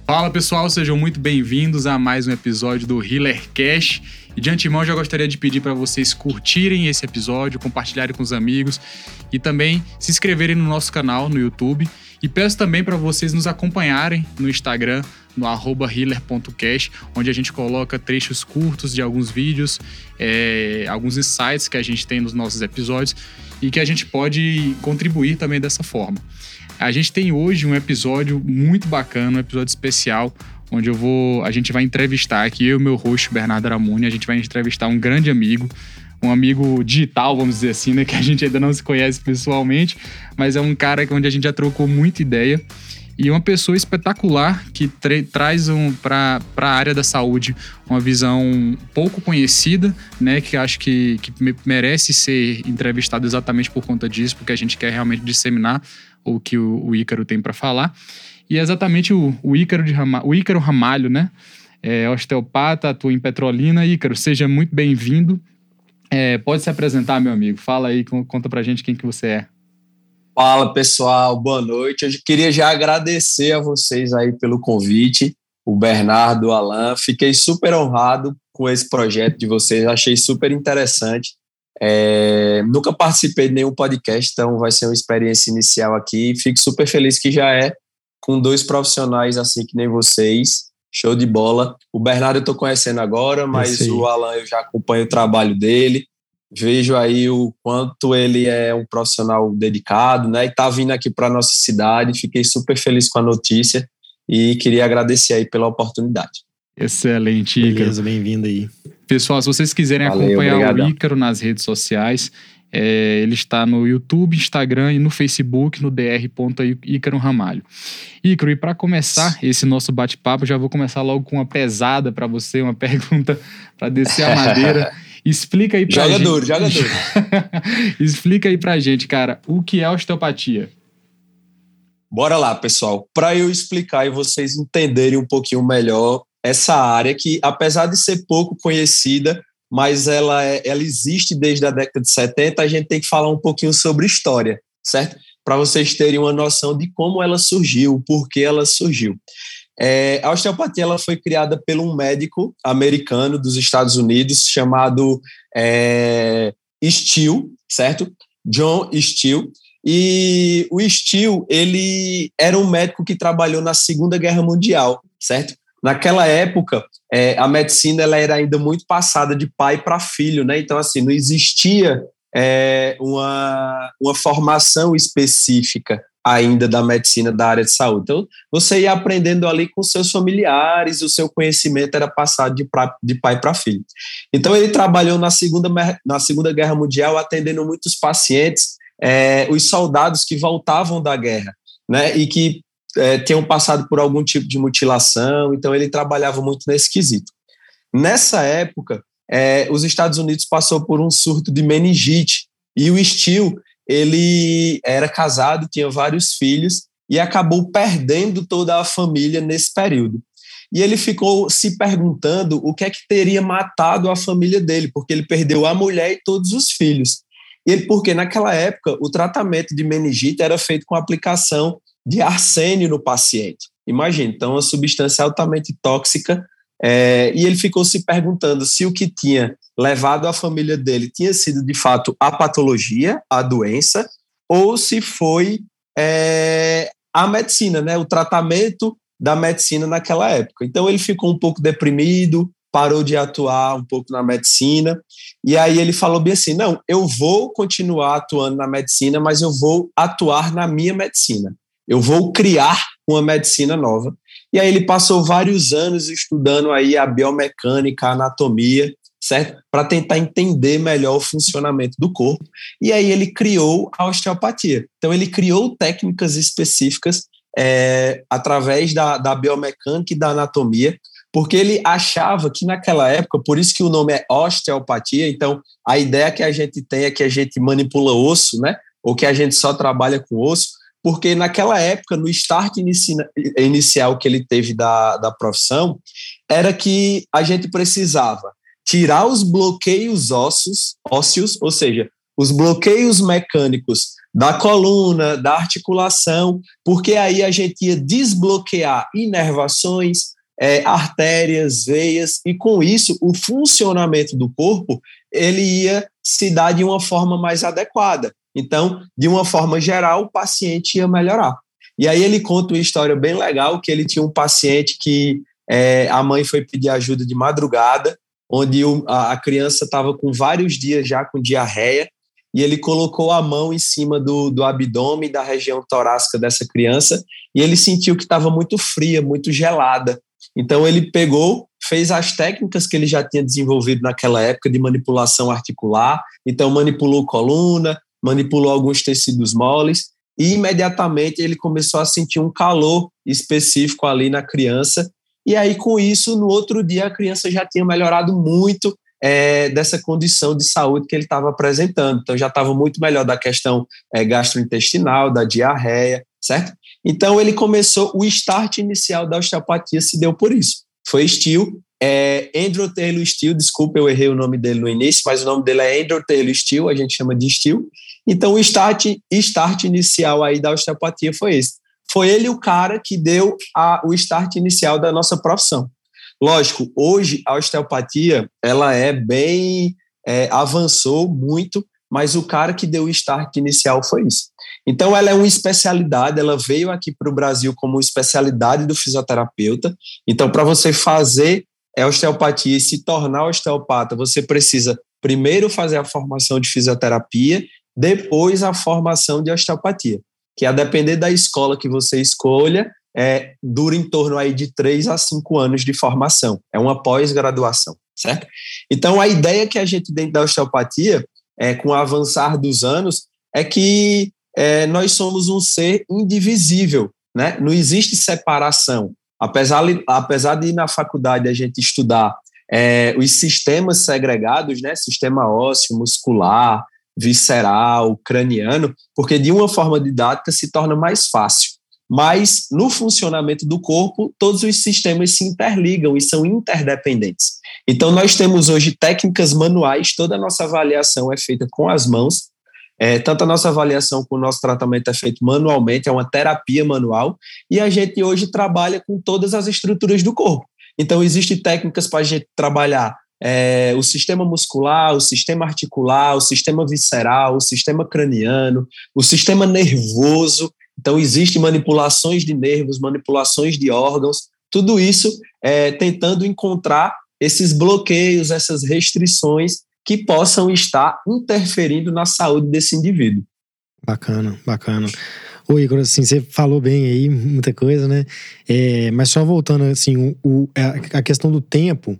Fala pessoal, sejam muito bem-vindos a mais um episódio do HealerCast. E de antemão já gostaria de pedir para vocês curtirem esse episódio, compartilharem com os amigos e também se inscreverem no nosso canal no YouTube. E peço também para vocês nos acompanharem no Instagram, no @healer.cast, onde a gente coloca trechos curtos de alguns vídeos, alguns insights que a gente tem nos nossos episódios e que a gente pode contribuir também dessa forma. A gente tem hoje um episódio muito bacana, um episódio especial, onde a gente vai entrevistar aqui, eu e meu host, Bernardo Aramuni, a gente vai entrevistar um grande amigo, um amigo digital, vamos dizer assim, né, que a gente ainda não se conhece pessoalmente, mas é um cara onde a gente já trocou muita ideia, e uma pessoa espetacular que traz para a área da saúde uma visão pouco conhecida, né, que acho que merece ser entrevistado exatamente por conta disso, porque a gente quer realmente disseminar o que o Ícaro tem para falar. E é exatamente o Ícaro Ramalho, né? Osteopata, atua em Petrolina. Ícaro, seja muito bem-vindo. Pode se apresentar, meu amigo. Fala aí, conta pra gente quem que você é. Fala, pessoal. Boa noite. Eu queria já agradecer a vocês aí pelo convite, o Bernardo, o Alan. Fiquei super honrado com esse projeto de vocês. Achei super interessante. Nunca participei de nenhum podcast, então vai ser uma experiência inicial aqui. Fico super feliz que já com dois profissionais assim que nem vocês. Show de bola. O Bernardo eu estou conhecendo agora, mas o Alan eu já acompanho o trabalho dele. Vejo aí o quanto ele é um profissional dedicado, né? E tá vindo aqui para nossa cidade. Fiquei super feliz com a notícia e queria agradecer aí pela oportunidade. Excelente, Ícaro. Beleza, bem-vindo aí. Pessoal, se vocês quiserem acompanhar o Ícaro nas redes sociais, ele está no YouTube, Instagram e no Facebook, no dr.Ícaro Ramalho. Ícaro, e para começar esse nosso bate-papo, já vou começar logo com uma pesada para você, uma pergunta para descer a madeira. Explica aí pra gente. Joga duro. Explica aí pra gente, cara, o que é osteopatia? Bora lá, pessoal. Para eu explicar e vocês entenderem um pouquinho melhor essa área que, apesar de ser pouco conhecida, mas ela existe desde a década de 70, a gente tem que falar um pouquinho sobre história, certo? Para vocês terem uma noção de como ela surgiu, por que ela surgiu. A osteopatia ela foi criada por um médico americano dos Estados Unidos chamado Steele, certo? John Steele. E o Steele, ele era um médico que trabalhou na Segunda Guerra Mundial, certo? Naquela época, a medicina ela era ainda muito passada de pai para filho, né? Então, assim, não existia uma formação específica ainda da medicina da área de saúde. Então, você ia aprendendo ali com seus familiares, o seu conhecimento era passado de pai para filho. Então, ele trabalhou na Segunda Guerra Mundial, atendendo muitos pacientes, os soldados que voltavam da guerra, né, e que tinham passado por algum tipo de mutilação, então ele trabalhava muito nesse quesito. Nessa época, os Estados Unidos passou por um surto de meningite, e o Steele, ele era casado, tinha vários filhos e acabou perdendo toda a família nesse período. E ele ficou se perguntando o que é que teria matado a família dele, porque ele perdeu a mulher e todos os filhos. Porque naquela época o tratamento de meningite era feito com aplicação de arsênio no paciente. Imagina, então uma substância altamente tóxica. E ele ficou se perguntando se o que tinha levado a família dele tinha sido de fato a patologia, a doença, ou se foi a medicina, né, o tratamento da medicina naquela época. Então ele ficou um pouco deprimido, parou de atuar um pouco na medicina, e aí ele falou bem assim, não, eu vou continuar atuando na medicina, mas eu vou atuar na minha medicina, eu vou criar uma medicina nova. E aí ele passou vários anos estudando aí a biomecânica, a anatomia, certo? Para tentar entender melhor o funcionamento do corpo. E aí ele criou a osteopatia. Então ele criou técnicas específicas através da biomecânica e da anatomia, porque ele achava que naquela época, por isso que o nome é osteopatia, então a ideia que a gente tem é que a gente manipula osso, né? Ou que a gente só trabalha com osso, porque naquela época, no start inicial que ele teve da profissão, era que a gente precisava tirar os bloqueios ósseos, ou seja, os bloqueios mecânicos da coluna, da articulação, porque aí a gente ia desbloquear inervações, artérias, veias, e com isso o funcionamento do corpo ele ia se dar de uma forma mais adequada. Então, de uma forma geral, o paciente ia melhorar. E aí ele conta uma história bem legal, que ele tinha um paciente que a mãe foi pedir ajuda de madrugada, onde a criança estava com vários dias já com diarreia, e ele colocou a mão em cima do abdômen, da região torácica dessa criança, e ele sentiu que estava muito fria, muito gelada. Então ele pegou, fez as técnicas que ele já tinha desenvolvido naquela época de manipulação articular, então manipulou coluna, manipulou alguns tecidos moles, e imediatamente ele começou a sentir um calor específico ali na criança, e aí com isso, no outro dia, a criança já tinha melhorado muito dessa condição de saúde que ele estava apresentando, então já estava muito melhor da questão gastrointestinal, da diarreia, certo? Então ele começou, o start inicial da osteopatia se deu por isso, foi Steele, Andrew Taylor Steele, desculpa, eu errei o nome dele no início, mas o nome dele é Andrew Taylor Steele, a gente chama de Steele. Então o start inicial aí da osteopatia foi esse. Foi ele o cara que deu o start inicial da nossa profissão. Lógico, hoje a osteopatia, ela avançou muito, mas o cara que deu o start inicial foi isso. Então ela é uma especialidade, ela veio aqui para o Brasil como uma especialidade do fisioterapeuta. Então para você fazer osteopatia e se tornar osteopata, você precisa primeiro fazer a formação de fisioterapia, depois a formação de osteopatia, que a depender da escola que você escolha, dura em torno aí de 3 a 5 anos de formação, é uma pós-graduação, certo? Então a ideia que a gente tem da osteopatia, com o avançar dos anos, é que nós somos um ser indivisível, né? Não existe separação. Apesar de na faculdade a gente estudar os sistemas segregados, né? Sistema ósseo, muscular, visceral, craniano, porque de uma forma didática se torna mais fácil. Mas no funcionamento do corpo, todos os sistemas se interligam e são interdependentes. Então nós temos hoje técnicas manuais, toda a nossa avaliação é feita com as mãos, tanto a nossa avaliação como o nosso tratamento é feito manualmente, é uma terapia manual, e a gente hoje trabalha com todas as estruturas do corpo. Então existem técnicas para a gente trabalhar o sistema muscular, o sistema articular, o sistema visceral, o sistema craniano, o sistema nervoso. Então existem manipulações de nervos, manipulações de órgãos, tudo isso tentando encontrar esses bloqueios, essas restrições que possam estar interferindo na saúde desse indivíduo. Bacana, bacana. Ô Igor, assim, você falou bem aí, muita coisa, né? Mas só voltando, assim, a questão do tempo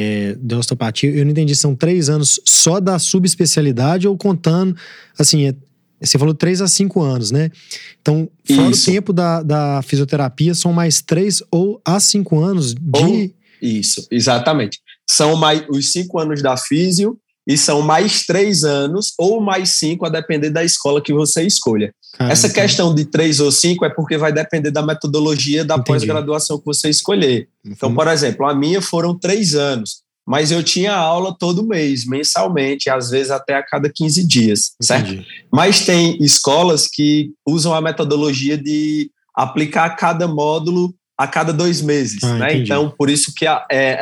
da osteopatia, eu não entendi, são 3 anos só da subespecialidade ou contando, assim, você falou 3 a 5 anos, né? Então, fora isso. O tempo da fisioterapia, são mais 3 ou a 5 anos de... Isso, exatamente. São mais os 5 anos da físio e são mais 3 anos ou mais 5, a depender da escola que você escolha. Essa questão de 3 ou 5 é porque vai depender da metodologia da pós-graduação que você escolher. Então, por exemplo, a minha foram 3 anos, mas eu tinha aula todo mês, mensalmente, às vezes até a cada 15 dias, certo? Mas tem escolas que usam a metodologia de aplicar cada módulo a cada 2 meses, né? Então, por isso que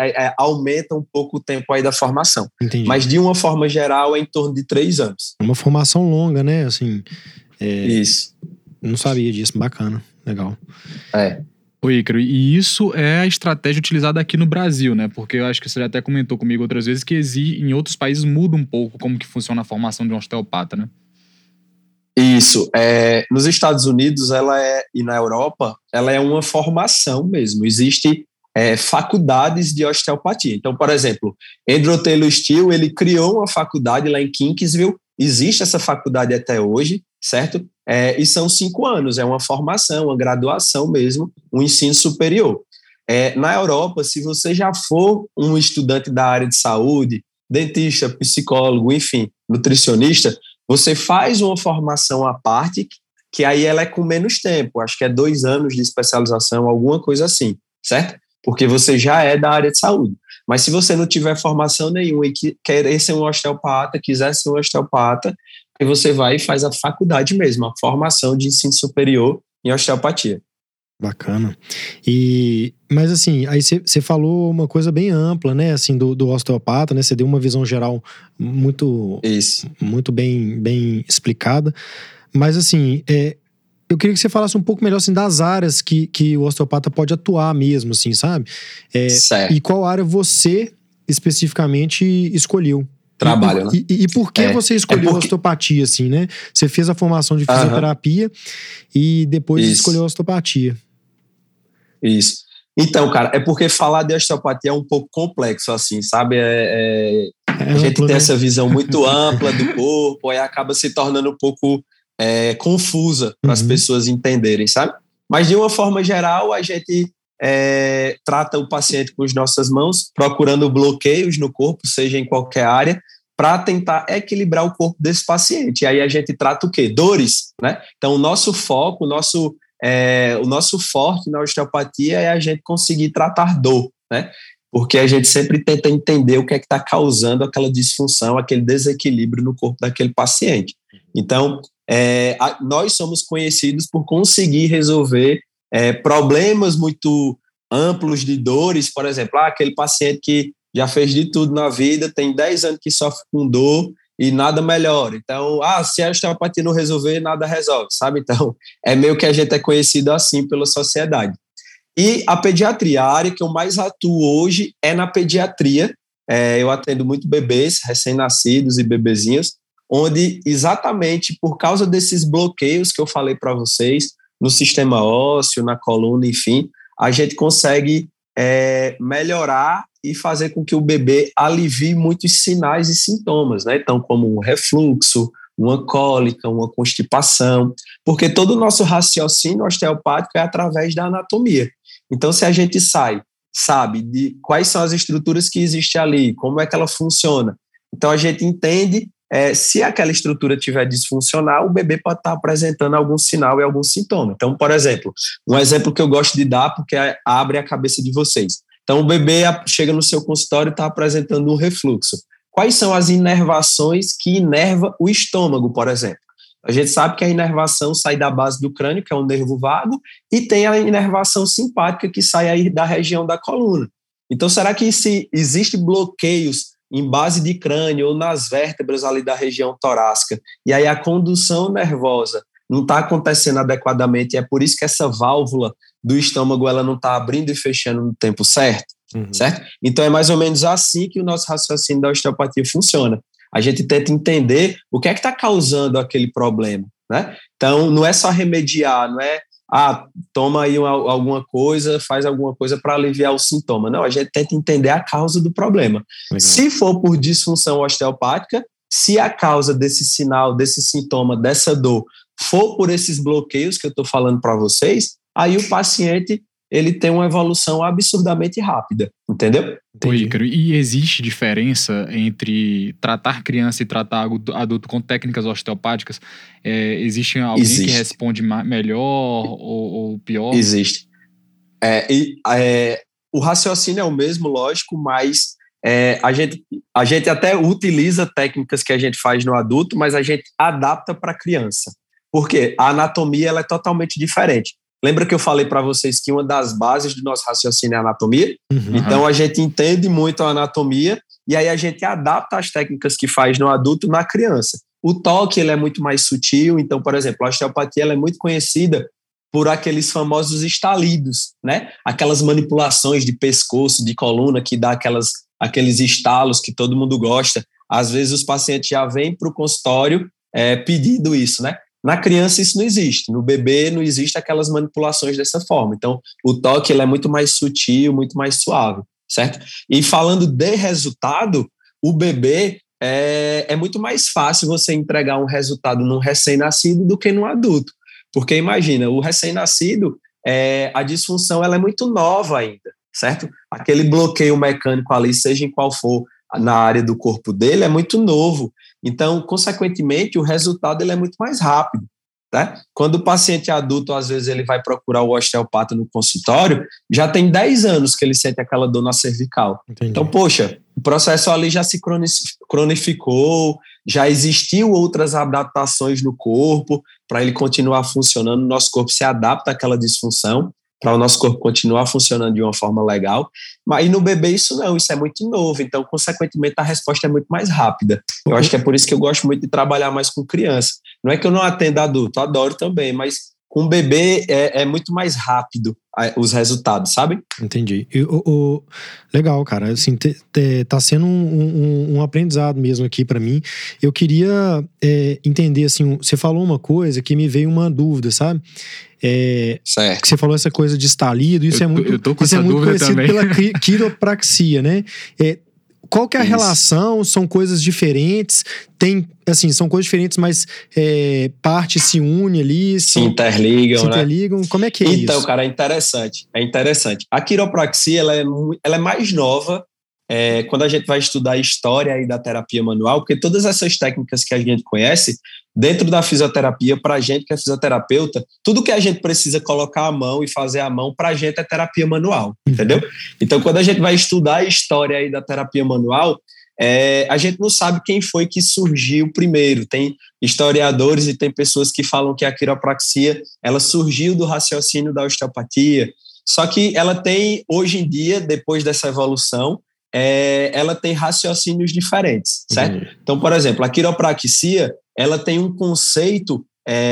aumenta um pouco o tempo aí da formação. Entendi. Mas, de uma forma geral, é em torno de 3 anos. É uma formação longa, né? Assim, isso. Não sabia disso, bacana, legal. Ô Ícaro, e isso é a estratégia utilizada aqui no Brasil, né? Porque eu acho que você até comentou comigo outras vezes que em outros países muda um pouco como que funciona a formação de um osteopata, né? Isso. Nos Estados Unidos e na Europa, ela é uma formação mesmo. Existe faculdades de osteopatia. Então, por exemplo, Andrew Taylor Steele, ele criou uma faculdade lá em Kingsville. Existe essa faculdade até hoje, certo? E são 5 anos. É uma formação, uma graduação mesmo, um ensino superior. Na Europa, se você já for um estudante da área de saúde, dentista, psicólogo, enfim, nutricionista, você faz uma formação à parte, que aí ela é com menos tempo, acho que é 2 anos de especialização, alguma coisa assim, certo? Porque você já é da área de saúde. Mas se você não tiver formação nenhuma e querer ser um osteopata, quiser ser um osteopata, aí você vai e faz a faculdade mesmo, a formação de ensino superior em osteopatia. Bacana. Mas assim, aí você falou uma coisa bem ampla, né, assim, do osteopata, né, você deu uma visão geral muito, muito bem explicada, mas assim, eu queria que você falasse um pouco melhor, assim, das áreas que o osteopata pode atuar mesmo, assim, sabe? Certo. E qual área você especificamente escolheu? Trabalho, né? E por que você escolheu a osteopatia, assim, né? Você fez a formação de fisioterapia e depois escolheu a osteopatia. Isso. Então, cara, é porque falar de osteopatia é um pouco complexo, assim, sabe? A gente tem, né, essa visão muito ampla do corpo, aí acaba se tornando um pouco confusa para as pessoas entenderem, sabe? Mas, de uma forma geral, a gente trata o paciente com as nossas mãos, procurando bloqueios no corpo, seja em qualquer área, para tentar equilibrar o corpo desse paciente. E aí a gente trata o quê? Dores, né? Então, o nosso foco, o nosso forte na osteopatia é a gente conseguir tratar dor, né? Porque a gente sempre tenta entender o que é que está causando aquela disfunção, aquele desequilíbrio no corpo daquele paciente. Então, nós somos conhecidos por conseguir resolver problemas muito amplos de dores, por exemplo, aquele paciente que já fez de tudo na vida, tem 10 anos que sofre com dor e nada melhora. Então, se a osteopatia não resolver, nada resolve, sabe? Então, é meio que a gente é conhecido assim pela sociedade. E a pediatria, a área que eu mais atuo hoje é na pediatria. Eu atendo muito bebês, recém-nascidos e bebezinhos, onde exatamente por causa desses bloqueios que eu falei para vocês, no sistema ósseo, na coluna, enfim, a gente consegue melhorar e fazer com que o bebê alivie muitos sinais e sintomas, né? Então, como um refluxo, uma cólica, uma constipação, porque todo o nosso raciocínio osteopático é através da anatomia. Então, se a gente sabe de quais são as estruturas que existem ali, como é que ela funciona, então a gente entende se aquela estrutura estiver disfuncional, o bebê pode estar apresentando algum sinal e algum sintoma. Então, por exemplo, um exemplo que eu gosto de dar, porque abre a cabeça de vocês. Então, o bebê chega no seu consultório e está apresentando um refluxo. Quais são as inervações que inervam o estômago, por exemplo? A gente sabe que a inervação sai da base do crânio, que é um nervo vago, e tem a inervação simpática, que sai aí da região da coluna. Então, será que se existem bloqueios em base de crânio ou nas vértebras ali da região torácica, e aí a condução nervosa não está acontecendo adequadamente, e é por isso que essa válvula do estômago ela não está abrindo e fechando no tempo certo, certo? Então é mais ou menos assim que o nosso raciocínio da osteopatia funciona. A gente tenta entender o que é que está causando aquele problema, né? Então não é só remediar, não é toma aí alguma coisa, faz alguma coisa para aliviar o sintoma. Não, a gente tenta entender a causa do problema. Legal. Se for por disfunção osteopática, se a causa desse sinal, desse sintoma, dessa dor, for por esses bloqueios que eu estou falando para vocês, aí o paciente ele tem uma evolução absurdamente rápida, entendeu? Oi, Ícaro, e existe diferença entre tratar criança e tratar adulto com técnicas osteopáticas? Existe alguém que responde melhor ou pior? Existe. O raciocínio é o mesmo, lógico, mas a gente até utiliza técnicas que a gente faz no adulto, mas a gente adapta para a criança. Porque a anatomia ela é totalmente diferente. Lembra que eu falei para vocês que uma das bases do nosso raciocínio é a anatomia? Então, a gente entende muito a anatomia e aí a gente adapta as técnicas que faz no adulto na criança. O toque ele é muito mais sutil. Então, por exemplo, a osteopatia ela é muito conhecida por aqueles famosos estalidos, né? Aquelas manipulações de pescoço, de coluna, que dá aqueles estalos que todo mundo gosta. Às vezes, os pacientes já vêm para o consultório pedindo isso, né? Na criança isso não existe, no bebê não existe aquelas manipulações dessa forma. Então, o toque ele é muito mais sutil, muito mais suave, certo? E falando de resultado, o bebê é muito mais fácil você entregar um resultado num recém-nascido do que num adulto. Porque imagina, o recém-nascido, a disfunção ela é muito nova ainda, certo? Aquele bloqueio mecânico ali, seja em qual for na área do corpo dele, é muito novo. Então, consequentemente, o resultado ele é muito mais rápido, tá? Quando o paciente é adulto, às vezes ele vai procurar o osteopata no consultório, já tem 10 anos que ele sente aquela dor na cervical. Entendi. Então, poxa, o processo ali já se cronificou, já existiu outras adaptações no corpo para ele continuar funcionando, o nosso corpo se adapta àquela disfunção, para o nosso corpo continuar funcionando de uma forma legal, mas no bebê isso não, isso é muito novo, então, consequentemente, a resposta é muito mais rápida. Eu acho que é por isso que eu gosto muito de trabalhar mais com criança. Não é que eu não atendo adulto, adoro também, mas com bebê é muito mais rápido os resultados, sabe? Entendi. Legal, cara. Assim, tá sendo um aprendizado mesmo aqui para mim. Eu queria entender, assim, você falou uma coisa que me veio uma dúvida, sabe? Certo. Que você falou essa coisa de estalido, isso é muito conhecido também. pela quiropraxia, né? Qual que é a relação? São coisas diferentes? São coisas diferentes, mas parte se une ali. Se interligam, né? Como é que é isso? Então, cara, é interessante. A quiropraxia, ela é mais nova quando a gente vai estudar a história aí da terapia manual, porque todas essas técnicas que a gente conhece, dentro da fisioterapia, pra gente que é fisioterapeuta, tudo que a gente precisa colocar a mão e fazer a mão, pra gente é terapia manual, entendeu? Então, quando a gente vai estudar a história aí da terapia manual, a gente não sabe quem foi que surgiu primeiro. Tem historiadores e tem pessoas que falam que a quiropraxia, ela surgiu do raciocínio da osteopatia, só que ela tem, hoje em dia, depois dessa evolução, ela tem raciocínios diferentes, certo? Então, por exemplo, a quiropraxia, ela tem um conceito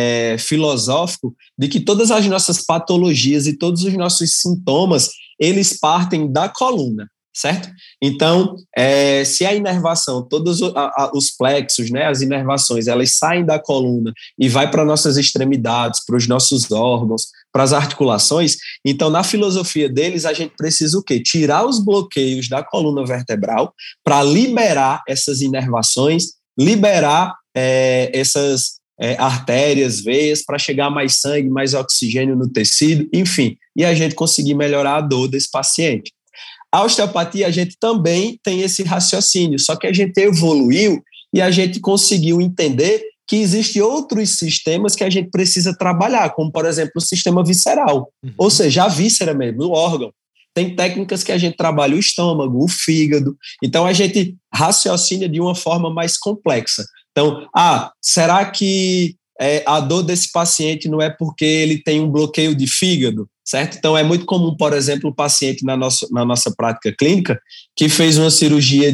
filosófico de que todas as nossas patologias e todos os nossos sintomas, eles partem da coluna, certo? Então, se a inervação, todos os plexos, né, as inervações, elas saem da coluna e vai para nossas extremidades, para os nossos órgãos, para as articulações, então, na filosofia deles, a gente precisa o quê? Tirar os bloqueios da coluna vertebral para liberar essas inervações, liberar essas artérias, veias, para chegar mais sangue, mais oxigênio no tecido, enfim, e a gente conseguir melhorar a dor desse paciente. A osteopatia, a gente também tem esse raciocínio, só que a gente evoluiu e a gente conseguiu entender que existem outros sistemas que a gente precisa trabalhar, como, por exemplo, o sistema visceral, ou seja, a víscera mesmo, o órgão. Tem técnicas que a gente trabalha o estômago, o fígado, então a gente raciocina de uma forma mais complexa. Então, será que a dor desse paciente não é porque ele tem um bloqueio de fígado? Certo? Então, é muito comum, por exemplo, o paciente na nossa prática clínica que fez uma cirurgia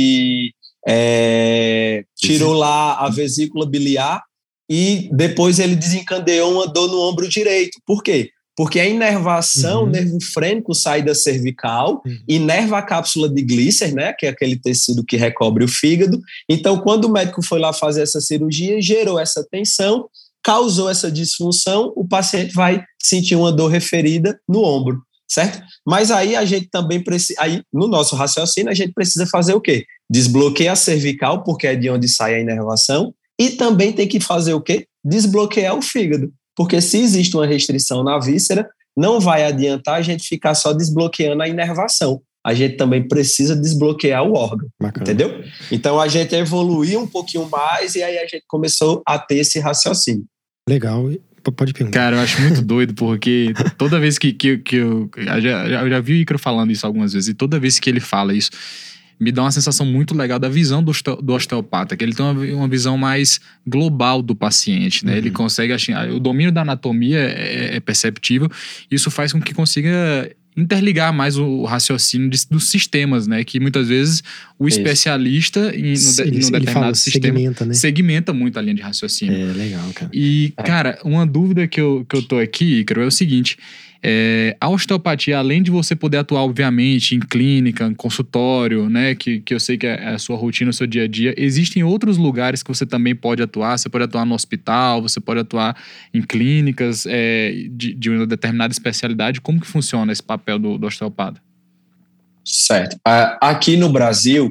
tirou lá a vesícula biliar e depois ele desencadeou uma dor no ombro direito. Por quê? Porque a inervação, o nervo frênico sai da cervical, inerva a cápsula de Glisser, né, que é aquele tecido que recobre o fígado. Então, quando o médico foi lá fazer essa cirurgia, gerou essa tensão, causou essa disfunção, o paciente vai sentir uma dor referida no ombro, certo? Mas aí a gente também precisa, no nosso raciocínio, a gente precisa fazer o quê? Desbloquear a cervical, porque é de onde sai a inervação, e também tem que fazer o quê? Desbloquear o fígado, porque se existe uma restrição na víscera, não vai adiantar a gente ficar só desbloqueando a inervação. A gente também precisa desbloquear o órgão, entendeu? Então a gente evoluiu um pouquinho mais e aí a gente começou a ter esse raciocínio. Legal, pode perguntar. Cara, eu acho muito doido, porque toda vez que eu já vi o Ícaro falando isso algumas vezes, e toda vez que ele fala isso, me dá uma sensação muito legal da visão do osteopata, que ele tem uma visão mais global do paciente, né? Ele consegue achar, o domínio da anatomia é perceptível, isso faz com que consiga interligar mais o raciocínio dos sistemas, né? Que muitas vezes o especialista no determinado sistema segmenta muito a linha de raciocínio. Legal, cara. E, cara, uma dúvida que eu tô aqui, Ícaro, é o seguinte: a osteopatia, além de você poder atuar, obviamente, em clínica, em consultório, né? Que eu sei que é a sua rotina, o seu dia a dia, existem outros lugares que você também pode atuar. Você pode atuar no hospital, você pode atuar em clínicas de uma determinada especialidade. Como que funciona esse papel do osteopata? Certo. Aqui no Brasil,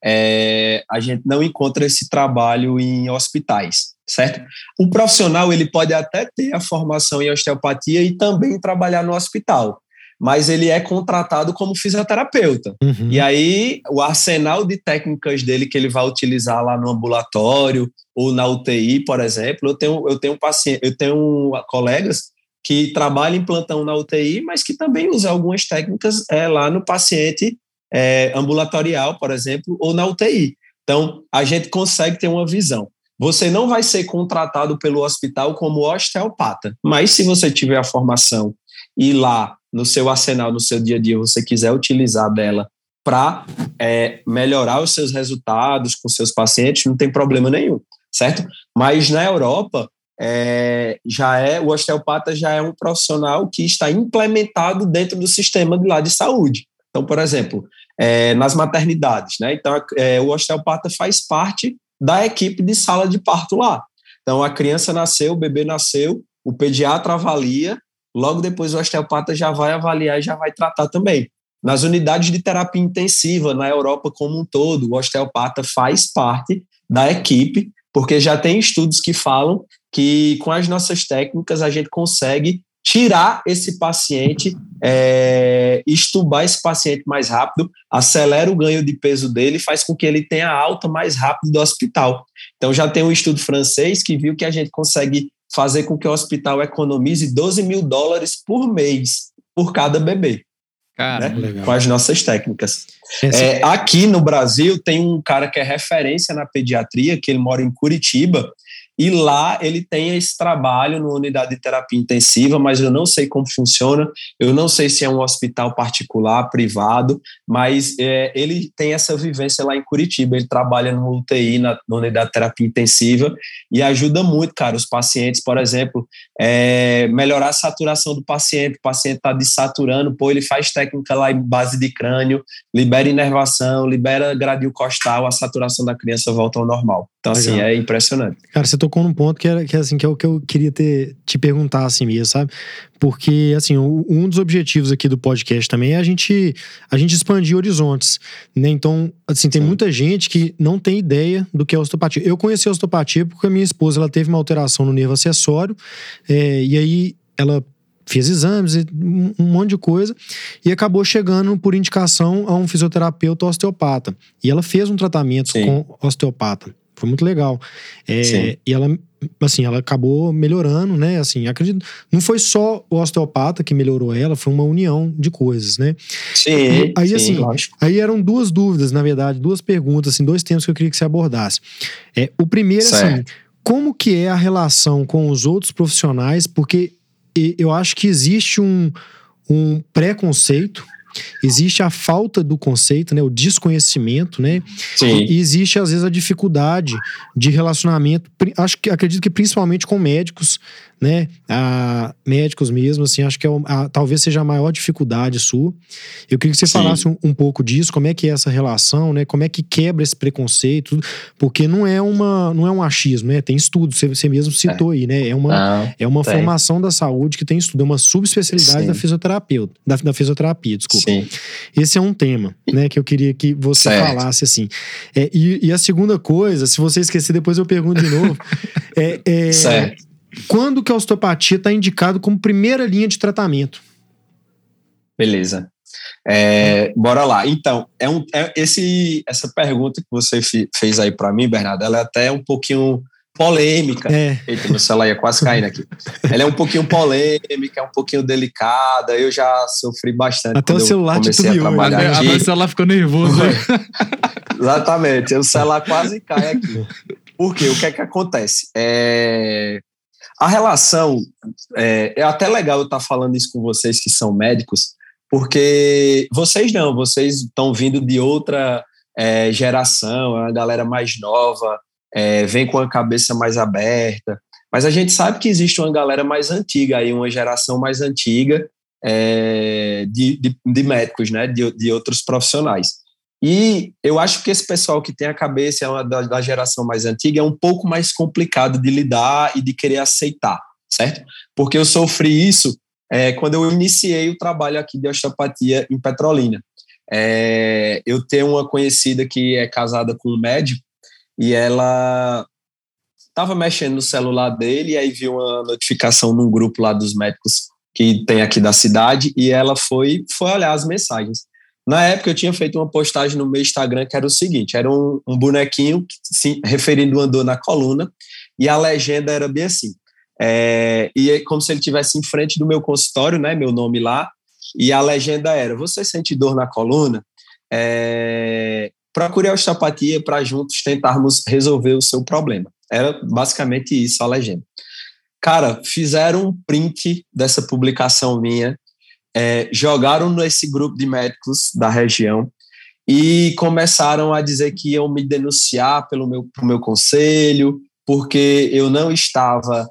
a gente não encontra esse trabalho em hospitais, certo? O profissional, ele pode até ter a formação em osteopatia e também trabalhar no hospital, mas ele é contratado como fisioterapeuta. E aí, o arsenal de técnicas dele que ele vai utilizar lá no ambulatório ou na UTI, por exemplo, eu tenho colegas que trabalham em plantão na UTI, mas que também usam algumas técnicas lá no paciente ambulatorial, por exemplo, ou na UTI. Então, a gente consegue ter uma visão. Você não vai ser contratado pelo hospital como osteopata, mas se você tiver a formação e lá no seu arsenal, no seu dia a dia, você quiser utilizar dela para melhorar os seus resultados com seus pacientes, não tem problema nenhum, certo? Mas na Europa, o osteopata já é um profissional que está implementado dentro do sistema de lá de saúde. Então, por exemplo, nas maternidades, né? Então, o osteopata faz parte da equipe de sala de parto lá. Então, a criança nasceu, o bebê nasceu, o pediatra avalia, logo depois o osteopata já vai avaliar e já vai tratar também. Nas unidades de terapia intensiva, na Europa como um todo, o osteopata faz parte da equipe, porque já tem estudos que falam que com as nossas técnicas a gente consegue tirar esse paciente, estubar esse paciente mais rápido, acelera o ganho de peso dele, faz com que ele tenha alta mais rápido do hospital. Então já tem um estudo francês que viu que a gente consegue fazer com que o hospital economize $12 mil por mês por cada bebê. Cara, né? Com as nossas técnicas. Aqui no Brasil tem um cara que é referência na pediatria, que ele mora em Curitiba, e lá ele tem esse trabalho numa unidade de terapia intensiva, mas eu não sei como funciona, eu não sei se é um hospital particular, privado, mas ele tem essa vivência lá em Curitiba, ele trabalha no UTI, na unidade de terapia intensiva, e ajuda muito, cara, os pacientes, por exemplo, melhorar a saturação do paciente, o paciente está desaturando, ele faz técnica lá em base de crânio, libera inervação, libera gradil costal, a saturação da criança volta ao normal. Então, assim, é impressionante. Cara, você tocou num ponto que é o que eu queria te perguntar assim mesmo, sabe? Porque, assim, um dos objetivos aqui do podcast também é a gente expandir horizontes, né? Então, assim, tem muita gente que não tem ideia do que é osteopatia. Eu conheci a osteopatia porque a minha esposa, ela teve uma alteração no nervo acessório, e aí ela fez exames, um monte de coisa, e acabou chegando por indicação a um fisioterapeuta osteopata. E ela fez um tratamento com osteopata. Foi muito legal. E ela acabou melhorando, né? Assim, acredito, não foi só o osteopata que melhorou ela, foi uma união de coisas, né? Lógico. Aí eram duas dúvidas, na verdade, duas perguntas, assim, dois temas que eu queria que você abordasse. O primeiro, assim, como que é a relação com os outros profissionais? Porque eu acho que existe um preconceito, existe a falta do conceito, né, o desconhecimento, né? E existe, às vezes, a dificuldade de relacionamento, acredito que principalmente com médicos, né? Médicos mesmo, assim, acho que talvez seja a maior dificuldade sua. Eu queria que você falasse um pouco disso, como é que é essa relação, né? Como é que quebra esse preconceito, porque não é um achismo, né? Tem estudo, você mesmo citou aí, né? É uma formação da saúde que tem estudo, é uma subespecialidade da fisioterapia, desculpa. Sim. Esse é um tema, né, que eu queria que você falasse, assim. E a segunda coisa, se você esquecer, depois eu pergunto de novo. Quando que a osteopatia está indicado como primeira linha de tratamento? Beleza. Bora lá. Então, essa pergunta que você fez aí para mim, Bernardo, ela é até um pouquinho polêmica. Eita, meu celular ia quase caindo aqui. Ela é um pouquinho polêmica, é um pouquinho delicada. Eu já sofri bastante. Até o celular comecei a trabalhar aqui. Até o celular ficou nervoso. Exatamente. O celular quase cai aqui. Por quê? O que é que acontece? A relação... É até legal eu estar falando isso com vocês que são médicos, porque vocês estão vindo de outra geração, é uma galera mais nova, vem com a cabeça mais aberta, mas a gente sabe que existe uma galera mais antiga, aí, uma geração mais antiga de médicos, né, de outros profissionais. E eu acho que esse pessoal que tem a cabeça da geração mais antiga é um pouco mais complicado de lidar e de querer aceitar, certo? Porque eu sofri isso quando eu iniciei o trabalho aqui de osteopatia em Petrolina. Eu tenho uma conhecida que é casada com um médico, e ela estava mexendo no celular dele e aí viu uma notificação num grupo lá dos médicos que tem aqui da cidade, e ela foi olhar as mensagens. Na época eu tinha feito uma postagem no meu Instagram que era o seguinte, era um bonequinho referindo uma dor na coluna, e a legenda era bem assim, e é como se ele estivesse em frente do meu consultório, né, meu nome lá, e a legenda era: você sente dor na coluna? procure a osteopatia para juntos tentarmos resolver o seu problema. Era basicamente isso a legenda. Cara, fizeram um print dessa publicação minha, jogaram nesse grupo de médicos da região e começaram a dizer que iam me denunciar pro meu conselho, porque eu não estava,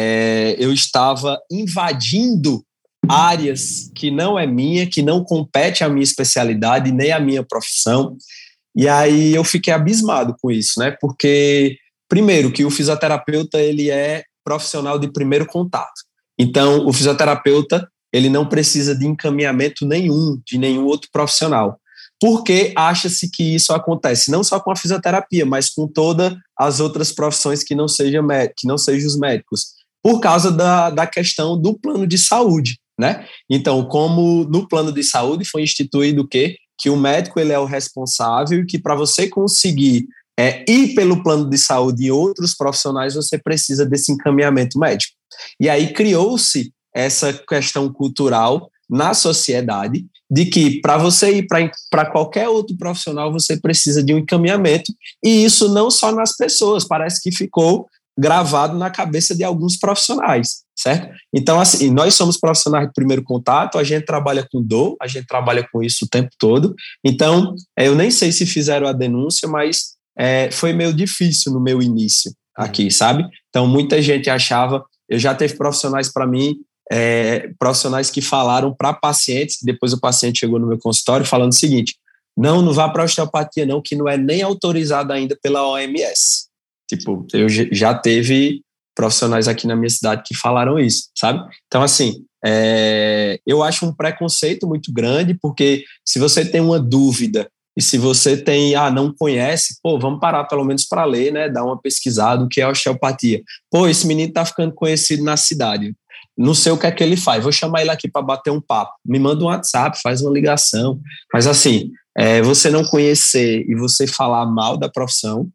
eu estava invadindo áreas que não é minha, que não compete à minha especialidade, nem à minha profissão. E aí eu fiquei abismado com isso, né? Porque, primeiro, que o fisioterapeuta, ele é profissional de primeiro contato. Então, o fisioterapeuta, ele não precisa de encaminhamento nenhum, de nenhum outro profissional. Porque acha-se que isso acontece não só com a fisioterapia, mas com todas as outras profissões que não sejam os médicos, por causa da questão do plano de saúde, né? Então, como no plano de saúde foi instituído o quê? Que o médico, ele é o responsável e que para você conseguir ir pelo plano de saúde e outros profissionais, você precisa desse encaminhamento médico. E aí criou-se essa questão cultural na sociedade de que para você ir para qualquer outro profissional, você precisa de um encaminhamento, e isso não só nas pessoas, parece que ficou gravado na cabeça de alguns profissionais, certo? Então, assim, nós somos profissionais de primeiro contato, a gente trabalha com dor, a gente trabalha com isso o tempo todo, então, eu nem sei se fizeram a denúncia, mas foi meio difícil no meu início aqui, sabe? Então, muita gente achava, eu já teve profissionais para mim, profissionais que falaram para pacientes, depois o paciente chegou no meu consultório falando o seguinte: não vá para a osteopatia não, que não é nem autorizada ainda pela OMS. Tipo, eu já teve profissionais aqui na minha cidade que falaram isso, sabe? Então, assim, eu acho um preconceito muito grande, porque se você tem uma dúvida e se você não conhece, vamos parar pelo menos para ler, né? Dar uma pesquisada do que é osteopatia. Esse menino tá ficando conhecido na cidade. Não sei o que é que ele faz, vou chamar ele aqui para bater um papo. Me manda um WhatsApp, faz uma ligação. Mas assim, você não conhecer e você falar mal da profissão,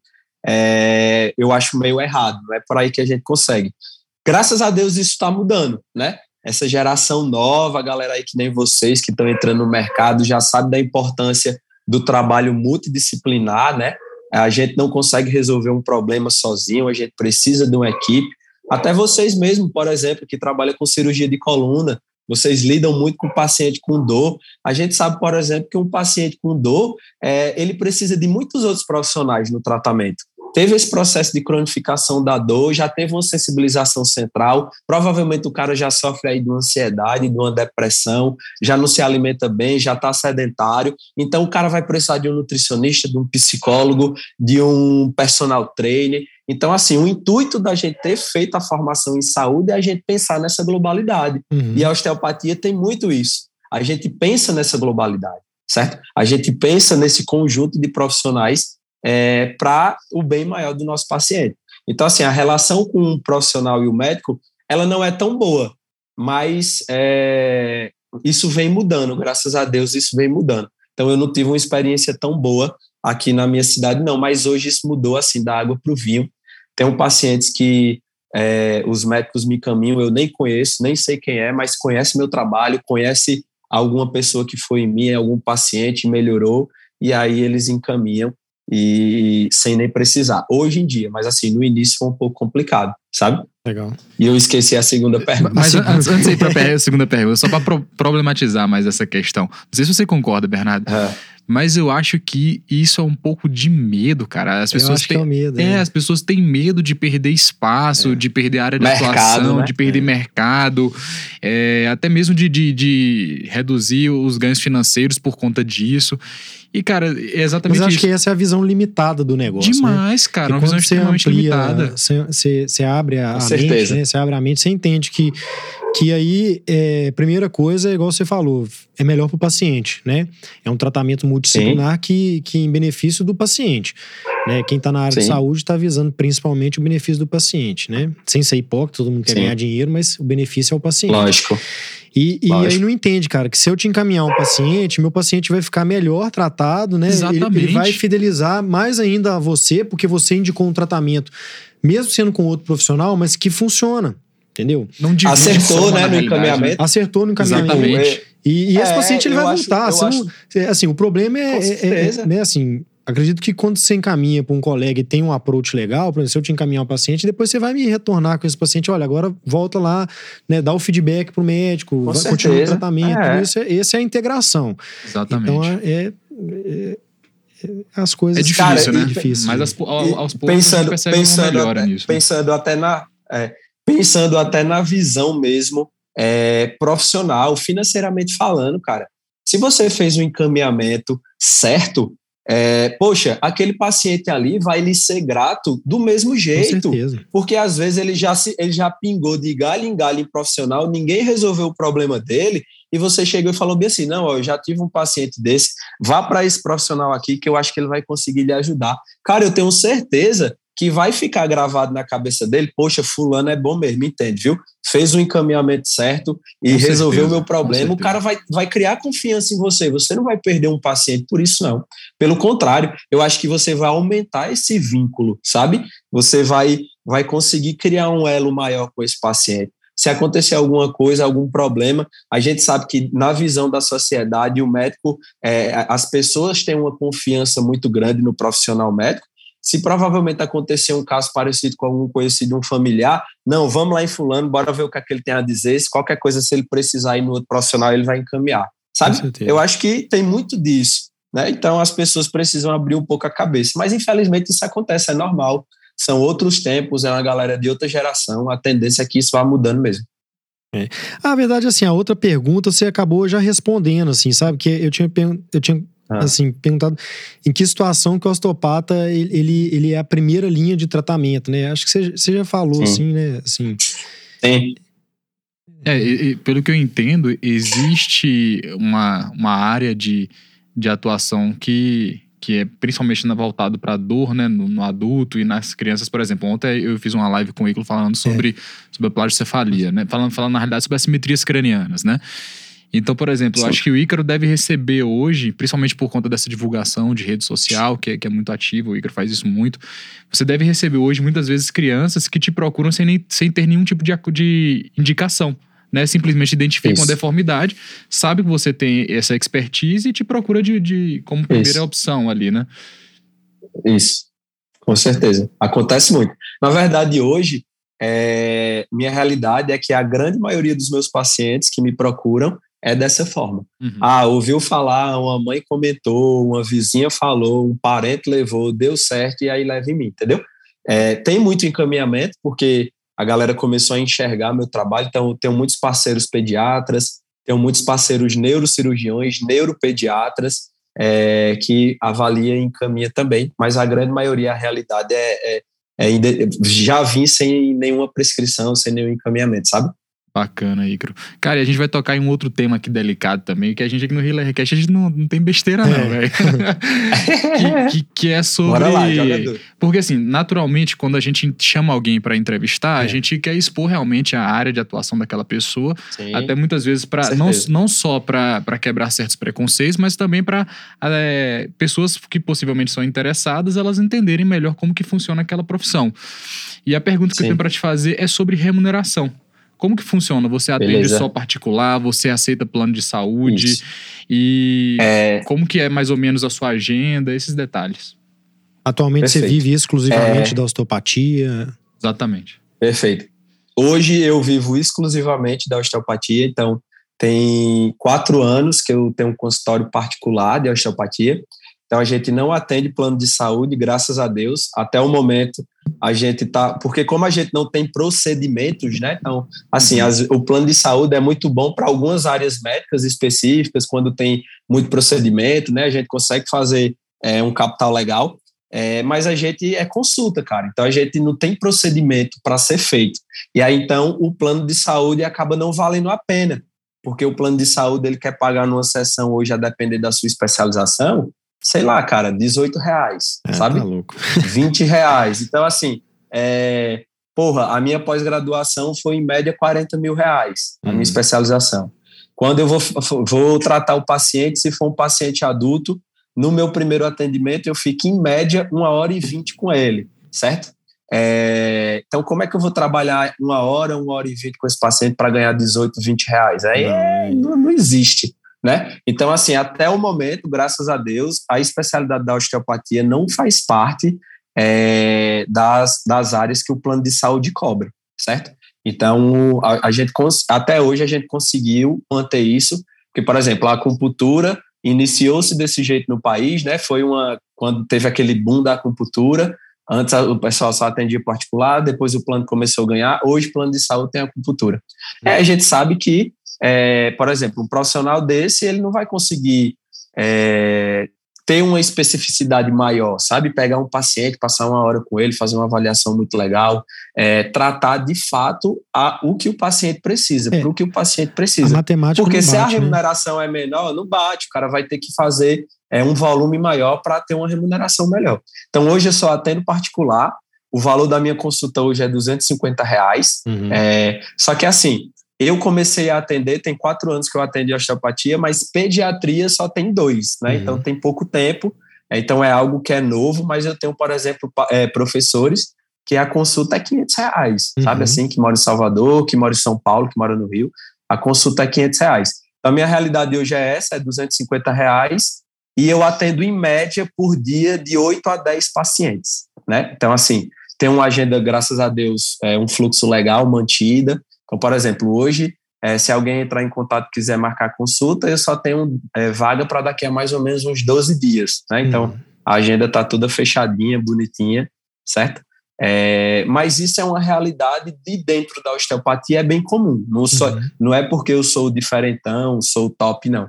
eu acho meio errado, não é por aí que a gente consegue. Graças a Deus isso está mudando, né? Essa geração nova, a galera aí que nem vocês que estão entrando no mercado já sabe da importância do trabalho multidisciplinar, né? A gente não consegue resolver um problema sozinho, a gente precisa de uma equipe. Até vocês mesmos, por exemplo, que trabalham com cirurgia de coluna, vocês lidam muito com paciente com dor. A gente sabe, por exemplo, que um paciente com dor, ele precisa de muitos outros profissionais no tratamento. Teve esse processo de cronificação da dor, já teve uma sensibilização central, provavelmente o cara já sofre aí de uma ansiedade, de uma depressão, já não se alimenta bem, já está sedentário, então o cara vai precisar de um nutricionista, de um psicólogo, de um personal trainer. Então, assim, o intuito da gente ter feito a formação em saúde é a gente pensar nessa globalidade. Uhum. E a osteopatia tem muito isso. A gente pensa nessa globalidade, certo? A gente pensa nesse conjunto de profissionais para o bem maior do nosso paciente. Então, assim, a relação com o profissional e o médico, ela não é tão boa, mas isso vem mudando, graças a Deus isso vem mudando. Então, eu não tive uma experiência tão boa aqui na minha cidade, não, mas hoje isso mudou, assim, da água para o vinho. Tenho pacientes que os médicos me encaminham, eu nem conheço, nem sei quem é, mas conhece meu trabalho, conhece alguma pessoa que foi em mim, algum paciente, melhorou, e aí eles encaminham, e sem nem precisar, hoje em dia, mas assim, no início foi um pouco complicado, sabe? Legal. E eu esqueci a segunda pergunta. Mas antes de ir para a segunda pergunta, só para problematizar mais essa questão, não sei se você concorda, Bernardo, mas eu acho que isso é um pouco de medo, cara. As pessoas têm medo. As pessoas têm medo de perder espaço, de perder área de atuação, né? De perder mercado, até mesmo de reduzir os ganhos financeiros por conta disso. E, cara, é exatamente isso. Mas eu acho que essa é a visão limitada do negócio. Demais, né? Cara. Uma visão extremamente limitada. Você abre a mente, né? Você abre a mente, você entende que aí, primeira coisa, igual você falou, é melhor para o paciente, né? É um tratamento multidisciplinar que em benefício do paciente, né? Quem está na área de saúde está visando principalmente o benefício do paciente, né? Sem ser hipócrita, todo mundo quer ganhar dinheiro, mas o benefício é o paciente. Lógico. E aí não entende, cara, que se eu te encaminhar um paciente, meu paciente vai ficar melhor tratado, né? Exatamente. Ele vai fidelizar mais ainda a você, porque você indicou um tratamento, mesmo sendo com outro profissional, mas que funciona, entendeu? Não acertou, né, no encaminhamento. Acertou no encaminhamento. Exatamente. E esse paciente ele vai voltar. O problema né, assim, acredito que quando você encaminha para um colega e tem um approach legal, por exemplo, se eu te encaminhar um paciente, depois você vai me retornar com esse paciente, olha, agora volta lá, né, dá o feedback pro médico, continua o tratamento, essa é a integração. Exatamente. Então, as coisas... É difícil, né? Difícil. Mas aos poucos a gente percebe uma melhora nisso. Pensando até na visão mesmo profissional, financeiramente falando, cara. Se você fez um encaminhamento certo, poxa, aquele paciente ali vai lhe ser grato do mesmo jeito. Com certeza. Porque às vezes ele já pingou de galho em galho em profissional, ninguém resolveu o problema dele, e você chegou e falou bem assim, não, ó, eu já tive um paciente desse, vá para esse profissional aqui que eu acho que ele vai conseguir lhe ajudar. Cara, eu tenho certeza que vai ficar gravado na cabeça dele, poxa, fulano é bom mesmo, entende, viu? Fez o encaminhamento certo e resolveu o meu problema, o cara vai criar confiança em você, você não vai perder um paciente por isso não. Pelo contrário, eu acho que você vai aumentar esse vínculo, sabe? Você vai conseguir criar um elo maior com esse paciente. Se acontecer alguma coisa, algum problema, a gente sabe que na visão da sociedade, o médico, as pessoas têm uma confiança muito grande no profissional médico. Se provavelmente acontecer um caso parecido com algum conhecido, um familiar, não, vamos lá em fulano, bora ver o que é que ele tem a dizer, se qualquer coisa, se ele precisar ir no outro profissional, ele vai encaminhar, sabe? Eu acho que tem muito disso, né? Então as pessoas precisam abrir um pouco a cabeça, mas infelizmente isso acontece, é normal. São outros tempos, é uma galera de outra geração, a tendência é que isso vá mudando mesmo. A verdade, assim, a outra pergunta você acabou já respondendo, assim, sabe? Que eu tinha assim, perguntado em que situação que o osteopata ele é a primeira linha de tratamento, né? Acho que você já falou, assim, né? Assim. Sim. Pelo que eu entendo, existe uma área de atuação que é principalmente voltado para a dor, né, no adulto e nas crianças, por exemplo. Ontem eu fiz uma live com o Ícaro falando sobre a plagiocefalia, né, falando na realidade sobre as simetrias cranianas, né. Então, por exemplo, eu acho que o Ícaro deve receber hoje, principalmente por conta dessa divulgação de rede social, que é muito ativo, o Ícaro faz isso muito, você deve receber hoje, muitas vezes, crianças que te procuram sem ter nenhum tipo de indicação. Né, simplesmente identifica uma deformidade, sabe que você tem essa expertise e te procura como primeira opção ali, né? Isso, com certeza. Acontece muito. Na verdade, hoje, minha realidade é que a grande maioria dos meus pacientes que me procuram é dessa forma. Ouviu falar, uma mãe comentou, uma vizinha falou, um parente levou, deu certo e aí leva em mim, entendeu? Tem muito encaminhamento, porque a galera começou a enxergar meu trabalho, então eu tenho muitos parceiros pediatras, tenho muitos parceiros neurocirurgiões, neuropediatras, que avalia e encaminha também, mas a grande maioria, a realidade já vim sem nenhuma prescrição, sem nenhum encaminhamento, sabe? Bacana, Ícaro. Cara, e a gente vai tocar em um outro tema aqui delicado também, que a gente aqui no HealerCast, a gente não tem besteira não, velho. que é sobre... Bora lá, jogador. Porque assim, naturalmente, quando a gente chama alguém para entrevistar, a gente quer expor realmente a área de atuação daquela pessoa, sim, até muitas vezes não só para quebrar certos preconceitos, mas também para pessoas que possivelmente são interessadas, elas entenderem melhor como que funciona aquela profissão. E a pergunta que eu tenho para te fazer é sobre remuneração. Como que funciona? Você atende só particular? Você aceita plano de saúde? Isso. E como que é mais ou menos a sua agenda? Esses detalhes. Atualmente você vive exclusivamente da osteopatia? Exatamente. Perfeito. Hoje eu vivo exclusivamente da osteopatia, então tem 4 anos que eu tenho um consultório particular de osteopatia. Então a gente não atende plano de saúde, graças a Deus. Até o momento a gente tá... Porque como a gente não tem procedimentos, né? Então, assim, o plano de saúde é muito bom para algumas áreas médicas específicas, quando tem muito procedimento, né? A gente consegue fazer um capital legal, mas a gente consulta, cara. Então a gente não tem procedimento para ser feito. E aí, então, o plano de saúde acaba não valendo a pena, porque o plano de saúde ele quer pagar numa sessão hoje, a depender da sua especialização, sei lá, cara, R$18, sabe? Tá louco. R$20. Então, assim, a minha pós-graduação foi em média R$40 mil, a minha especialização. Quando eu vou tratar o paciente, se for um paciente adulto, no meu primeiro atendimento eu fico em média 1h20 com ele, certo? Então, como é que eu vou trabalhar 1h, 1h20 com esse paciente para ganhar R$18, R$20? Não existe. né? Então, assim, até o momento, graças a Deus, a especialidade da osteopatia não faz parte das áreas que o plano de saúde cobre, certo? Então, a gente, até hoje a gente conseguiu manter isso, porque, por exemplo, a acupuntura iniciou-se desse jeito no país, né? Quando teve aquele boom da acupuntura, antes o pessoal só atendia particular, depois o plano começou a ganhar, hoje o plano de saúde tem acupuntura. A gente sabe que, por exemplo, um profissional desse, ele não vai conseguir ter uma especificidade maior, sabe? Pegar um paciente, passar uma hora com ele, fazer uma avaliação muito legal, tratar de fato o que o paciente precisa, para o que o paciente precisa. A matemática porque não bate, se a remuneração é menor, não bate, o cara vai ter que fazer um volume maior para ter uma remuneração melhor. Então, hoje eu só atendo particular, o valor da minha consulta hoje é R$250, só que assim, eu comecei a atender, tem 4 anos que eu atendo osteopatia, mas pediatria só tem 2, né? Então tem pouco tempo, então é algo que é novo, mas eu tenho, por exemplo, professores que a consulta é R$500, sabe assim, que mora em Salvador, que mora em São Paulo, que mora no Rio, a consulta é R$500. Então a minha realidade hoje é essa, é R$250, e eu atendo em média por dia de 8 a 10 pacientes, né? Então assim, tem uma agenda, graças a Deus, um fluxo legal, mantida. Então, por exemplo, hoje, se alguém entrar em contato e quiser marcar consulta, eu só tenho vaga para daqui a mais ou menos uns 12 dias, né? Então, a agenda está toda fechadinha, bonitinha, certo? Mas isso é uma realidade de dentro da osteopatia, é bem comum. Não é porque eu sou diferentão, sou top, não.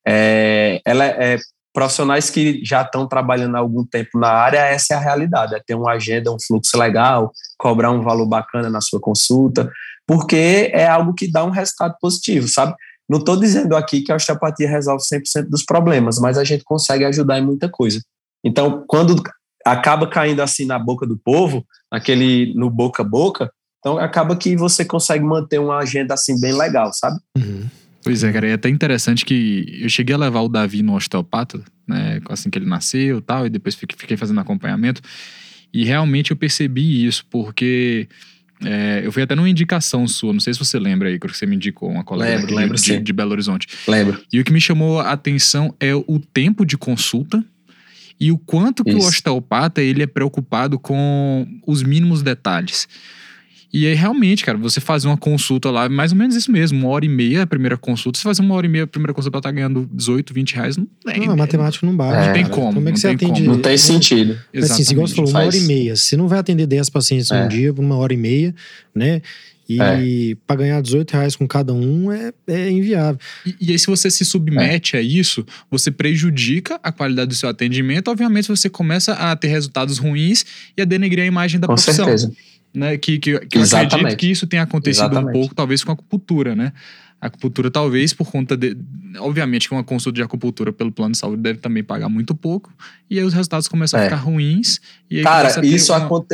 Profissionais que já estão trabalhando há algum tempo na área, essa é a realidade, é ter uma agenda, um fluxo legal, cobrar um valor bacana na sua consulta, porque é algo que dá um resultado positivo, sabe? Não estou dizendo aqui que a osteopatia resolve 100% dos problemas, mas a gente consegue ajudar em muita coisa. Então, quando acaba caindo assim na boca do povo, no boca a boca, então acaba que você consegue manter uma agenda assim bem legal, sabe? Pois é, cara, é até interessante que eu cheguei a levar o Davi no osteopata, né, assim que ele nasceu e tal, e depois fiquei fazendo acompanhamento, e realmente eu percebi isso, porque eu fui até numa indicação sua, não sei se você lembra aí, que você me indicou, uma colega lembro, de Belo Horizonte. Lembro. E o que me chamou a atenção é o tempo de consulta e o quanto que o osteopata ele é preocupado com os mínimos detalhes. E aí, realmente, cara, você fazer uma consulta lá, mais ou menos isso mesmo, 1h30 a primeira consulta, você fazer 1h30 a primeira consulta pra estar ganhando R$18, R$20, não tem. Não, a matemática não bate. Não tem como. Como é que você atende? Não tem sentido. Mas assim, igual você falou, 1h30. Você não vai atender 10 pacientes num dia por 1h30, né? E para ganhar R$18 com cada um é inviável. E aí, se você se submete a isso, você prejudica a qualidade do seu atendimento. Obviamente, você começa a ter resultados ruins e a denegrir a imagem da profissão. Com certeza. Né? Que eu acredito que isso tenha acontecido um pouco, talvez, com a acupuntura, né? A acupuntura, talvez, por conta de... Obviamente que uma consulta de acupuntura pelo plano de saúde deve também pagar muito pouco, e aí os resultados começam a ficar ruins. E aí cara, isso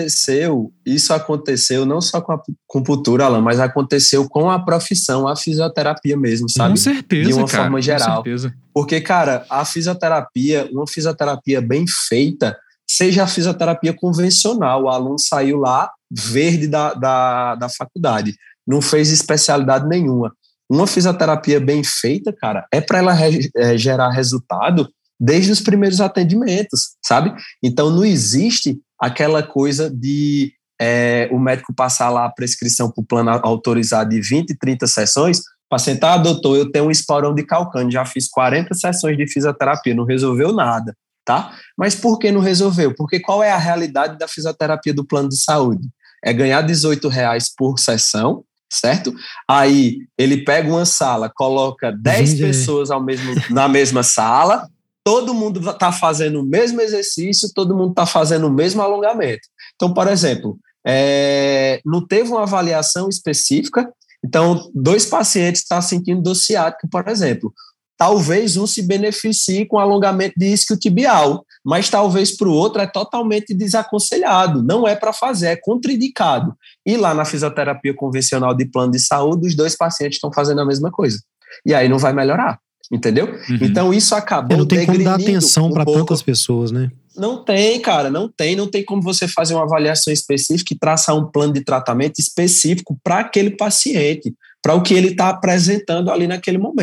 aconteceu não só com a acupuntura, Alan, mas aconteceu com a profissão, a fisioterapia mesmo, sabe? Com certeza, de uma forma geral. Com certeza. Porque, cara, a fisioterapia, uma fisioterapia bem feita, seja a fisioterapia convencional, o aluno saiu lá verde da faculdade, não fez especialidade nenhuma. Uma fisioterapia bem feita, cara, é para ela gerar resultado desde os primeiros atendimentos, sabe? Então não existe aquela coisa de o médico passar lá a prescrição para o plano autorizado de 20, 30 sessões, o paciente, doutor, eu tenho um esporão de calcânio, já fiz 40 sessões de fisioterapia, não resolveu nada, tá? Mas por que não resolveu? Porque qual é a realidade da fisioterapia do plano de saúde? É ganhar R$18 por sessão, certo? Aí ele pega uma sala, coloca 10 pessoas na mesma sala, todo mundo está fazendo o mesmo exercício, todo mundo está fazendo o mesmo alongamento. Então, por exemplo, não teve uma avaliação específica, então 2 pacientes estão sentindo dor ciática, por exemplo. Talvez um se beneficie com alongamento de isquiotibial, mas talvez para o outro é totalmente desaconselhado, não é para fazer, é contraindicado. E lá na fisioterapia convencional de plano de saúde, os 2 pacientes estão fazendo a mesma coisa. E aí não vai melhorar, entendeu? Então isso acabou não tem como dar atenção para tantas pessoas, né? Não tem, cara, não tem como você fazer uma avaliação específica e traçar um plano de tratamento específico para aquele paciente, para o que ele está apresentando ali naquele momento.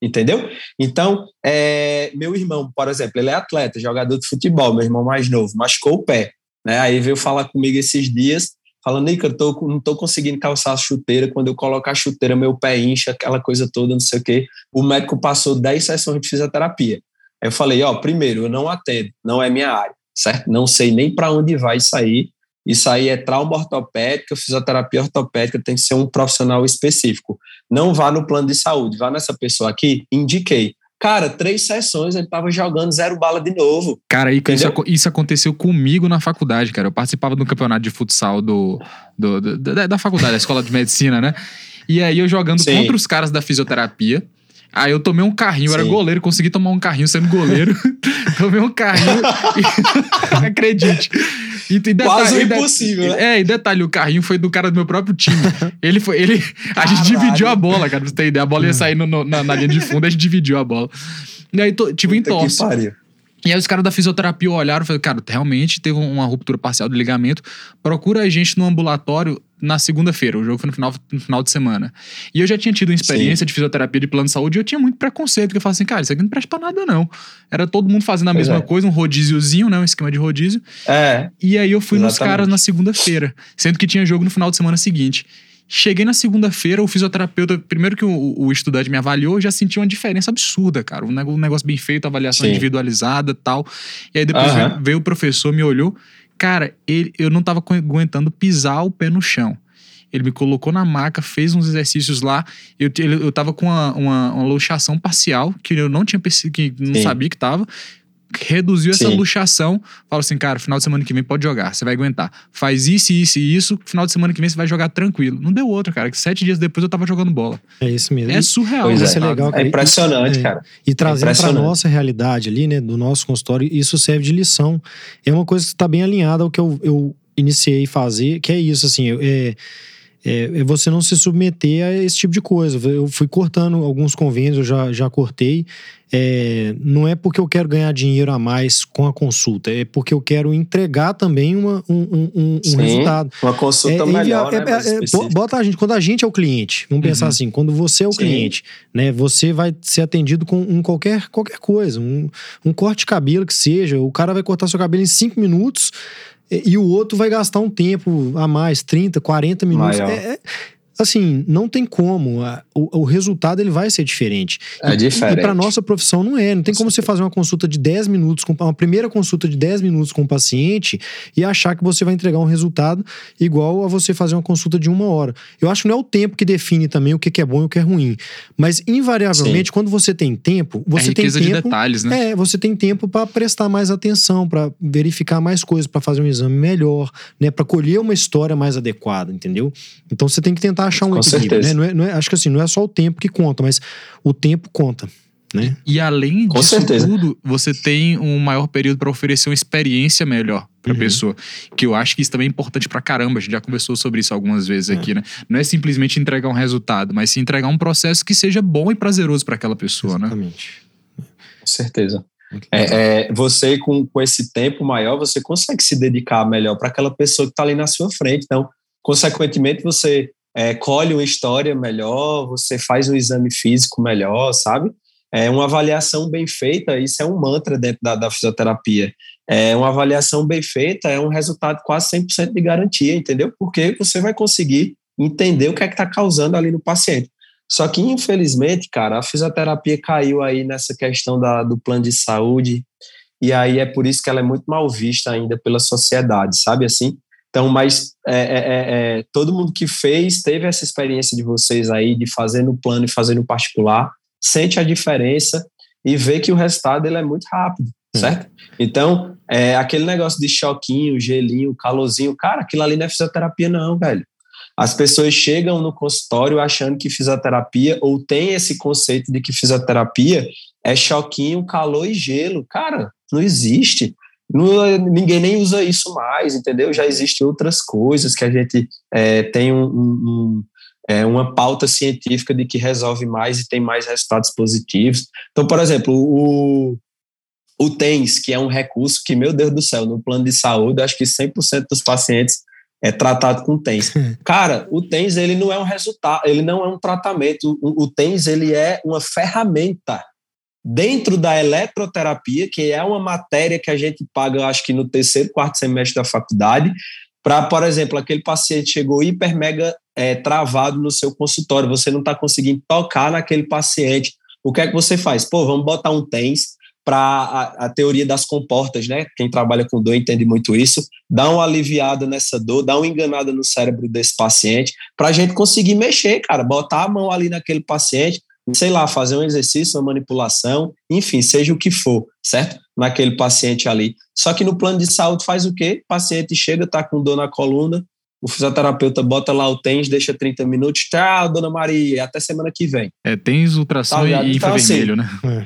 entendeu? Então, meu irmão, por exemplo, ele é atleta, jogador de futebol, meu irmão mais novo, machucou o pé, né? Aí veio falar comigo esses dias, falando, Nico, não tô conseguindo calçar a chuteira, quando eu coloco a chuteira, meu pé incha, aquela coisa toda, não sei o quê. O médico passou 10 sessões de fisioterapia. Aí eu falei, primeiro, eu não atendo, não é minha área, certo? Não sei nem para onde vai sair. Isso aí é trauma ortopédica, fisioterapia ortopédica, tem que ser um profissional específico. Não vá no plano de saúde, vá nessa pessoa aqui, indiquei. Cara, 3 sessões, ele tava jogando 0 bala de novo. Cara, isso aconteceu comigo na faculdade, cara. Eu participava do campeonato de futsal da faculdade, da escola de medicina, né? E aí eu jogando contra os caras da fisioterapia. Aí eu tomei um carrinho, eu era goleiro, consegui tomar um carrinho sendo goleiro. Tomei um carrinho e... Acredite. Quase impossível, né? E detalhe, o carrinho foi do cara do meu próprio time. A gente dividiu a bola, cara, pra você ter ideia. A bola ia sair na linha de fundo, a gente dividiu a bola. E aí, tipo, em torce. E aí os caras da fisioterapia olharam e falaram, cara, realmente teve uma ruptura parcial do ligamento, procura a gente no ambulatório na segunda-feira, o jogo foi no final de semana. E eu já tinha tido uma experiência de fisioterapia de plano de saúde e eu tinha muito preconceito, porque eu falava assim, cara, isso aqui não presta pra nada não. Era todo mundo fazendo a mesma coisa, um rodíziozinho, né, um esquema de rodízio. E aí eu fui nos caras na segunda-feira, sendo que tinha jogo no final de semana seguinte. Cheguei na segunda-feira, o fisioterapeuta, primeiro que o estudante me avaliou, eu já senti uma diferença absurda, cara. Um negócio bem feito, avaliação individualizada e tal. E aí depois veio o professor, me olhou. Cara, eu não tava aguentando pisar o pé no chão. Ele me colocou na maca, fez uns exercícios lá. Eu tava com uma luxação parcial, que eu não tinha percebido, que não sabia que tava. Reduziu essa luxação, falou assim, cara, final de semana que vem pode jogar, você vai aguentar. Faz isso, isso e isso, final de semana que vem você vai jogar tranquilo. Não deu outro, cara, que 7 dias depois eu tava jogando bola. É isso mesmo. É surreal. Isso é legal, cara. É impressionante, cara. E trazendo pra nossa realidade ali, né, do nosso consultório, isso serve de lição. É uma coisa que tá bem alinhada ao que eu iniciei a fazer, que é isso, assim, é você não se submeter a esse tipo de coisa. Eu fui cortando alguns convênios, eu já cortei. Não é porque eu quero ganhar dinheiro a mais com a consulta, é porque eu quero entregar também um resultado. Uma consulta melhor, né? Bota a gente, quando a gente é o cliente, vamos pensar assim, quando você é o cliente, né? Você vai ser atendido com qualquer coisa, um corte de cabelo que seja, o cara vai cortar seu cabelo em 5 minutos, e o outro vai gastar um tempo a mais, 30, 40 minutos. Assim, não tem como. O resultado ele vai ser diferente. É diferente. E para nossa profissão não é. Não tem como você fazer uma consulta de 10 minutos, uma primeira consulta de 10 minutos com o paciente e achar que você vai entregar um resultado igual a você fazer uma consulta de 1 hora. Eu acho que não é o tempo que define também o que é bom e o que é ruim. Mas, invariavelmente, quando você tem tempo, você tem tempo... de detalhes, né? Você tem tempo para prestar mais atenção, para verificar mais coisas, para fazer um exame melhor, né? Para colher uma história mais adequada, entendeu? Então, você tem que tentar achar um equilíbrio, né? Não é, acho que assim, não é só o tempo que conta, mas o tempo conta, né? E além disso tudo, você tem um maior período para oferecer uma experiência melhor pra pessoa, que eu acho que isso também é importante pra caramba, a gente já conversou sobre isso algumas vezes aqui, né? Não é simplesmente entregar um resultado, mas sim entregar um processo que seja bom e prazeroso para aquela pessoa, Exatamente. Né? Com certeza. Você com esse tempo maior, você consegue se dedicar melhor para aquela pessoa que tá ali na sua frente, então, consequentemente, você colhe uma história melhor, você faz um exame físico melhor, sabe? Uma avaliação bem feita, isso é um mantra dentro da fisioterapia. Uma avaliação bem feita é um resultado quase 100% de garantia, entendeu? Porque você vai conseguir entender o que é que está causando ali no paciente. Só que, infelizmente, cara, a fisioterapia caiu aí nessa questão do plano de saúde, e aí é por isso que ela é muito mal vista ainda pela sociedade, sabe assim? Então, mas todo mundo que teve essa experiência de vocês aí, de fazer no plano e fazer no particular, sente a diferença e vê que o resultado ele é muito rápido, certo? Então, aquele negócio de choquinho, gelinho, calorzinho, cara, aquilo ali não é fisioterapia não, velho. As pessoas chegam no consultório achando que fisioterapia, ou tem esse conceito de que fisioterapia é choquinho, calor e gelo. Cara, não existe. Ninguém nem usa isso mais, entendeu? Já existem outras coisas que a gente tem uma pauta científica de que resolve mais e tem mais resultados positivos. Então, por exemplo, o TENS, que é um recurso que, meu Deus do céu, no plano de saúde, acho que 100% dos pacientes é tratado com TENS. Cara, o TENS, ele não é um resultado, ele não é um tratamento. O TENS, ele é uma ferramenta dentro da eletroterapia, que é uma matéria que a gente paga, eu acho que no terceiro, quarto semestre da faculdade, para, por exemplo, aquele paciente chegou hiper mega travado no seu consultório, você não está conseguindo tocar naquele paciente. O que é que você faz? Pô, vamos botar um TENS para a teoria das comportas, né? Quem trabalha com dor entende muito isso. Dá uma aliviada nessa dor, dá uma enganada no cérebro desse paciente, para a gente conseguir mexer, cara, botar a mão ali naquele paciente, sei lá, fazer um exercício, uma manipulação, enfim, seja o que for, certo? Naquele paciente ali. Só que no plano de saúde faz o quê? O paciente chega, tá com dor na coluna, o fisioterapeuta bota lá o TENS, deixa 30 minutos, tchau, dona Maria, até semana que vem. TENS, ultrassom e então, infravermelho, assim, né?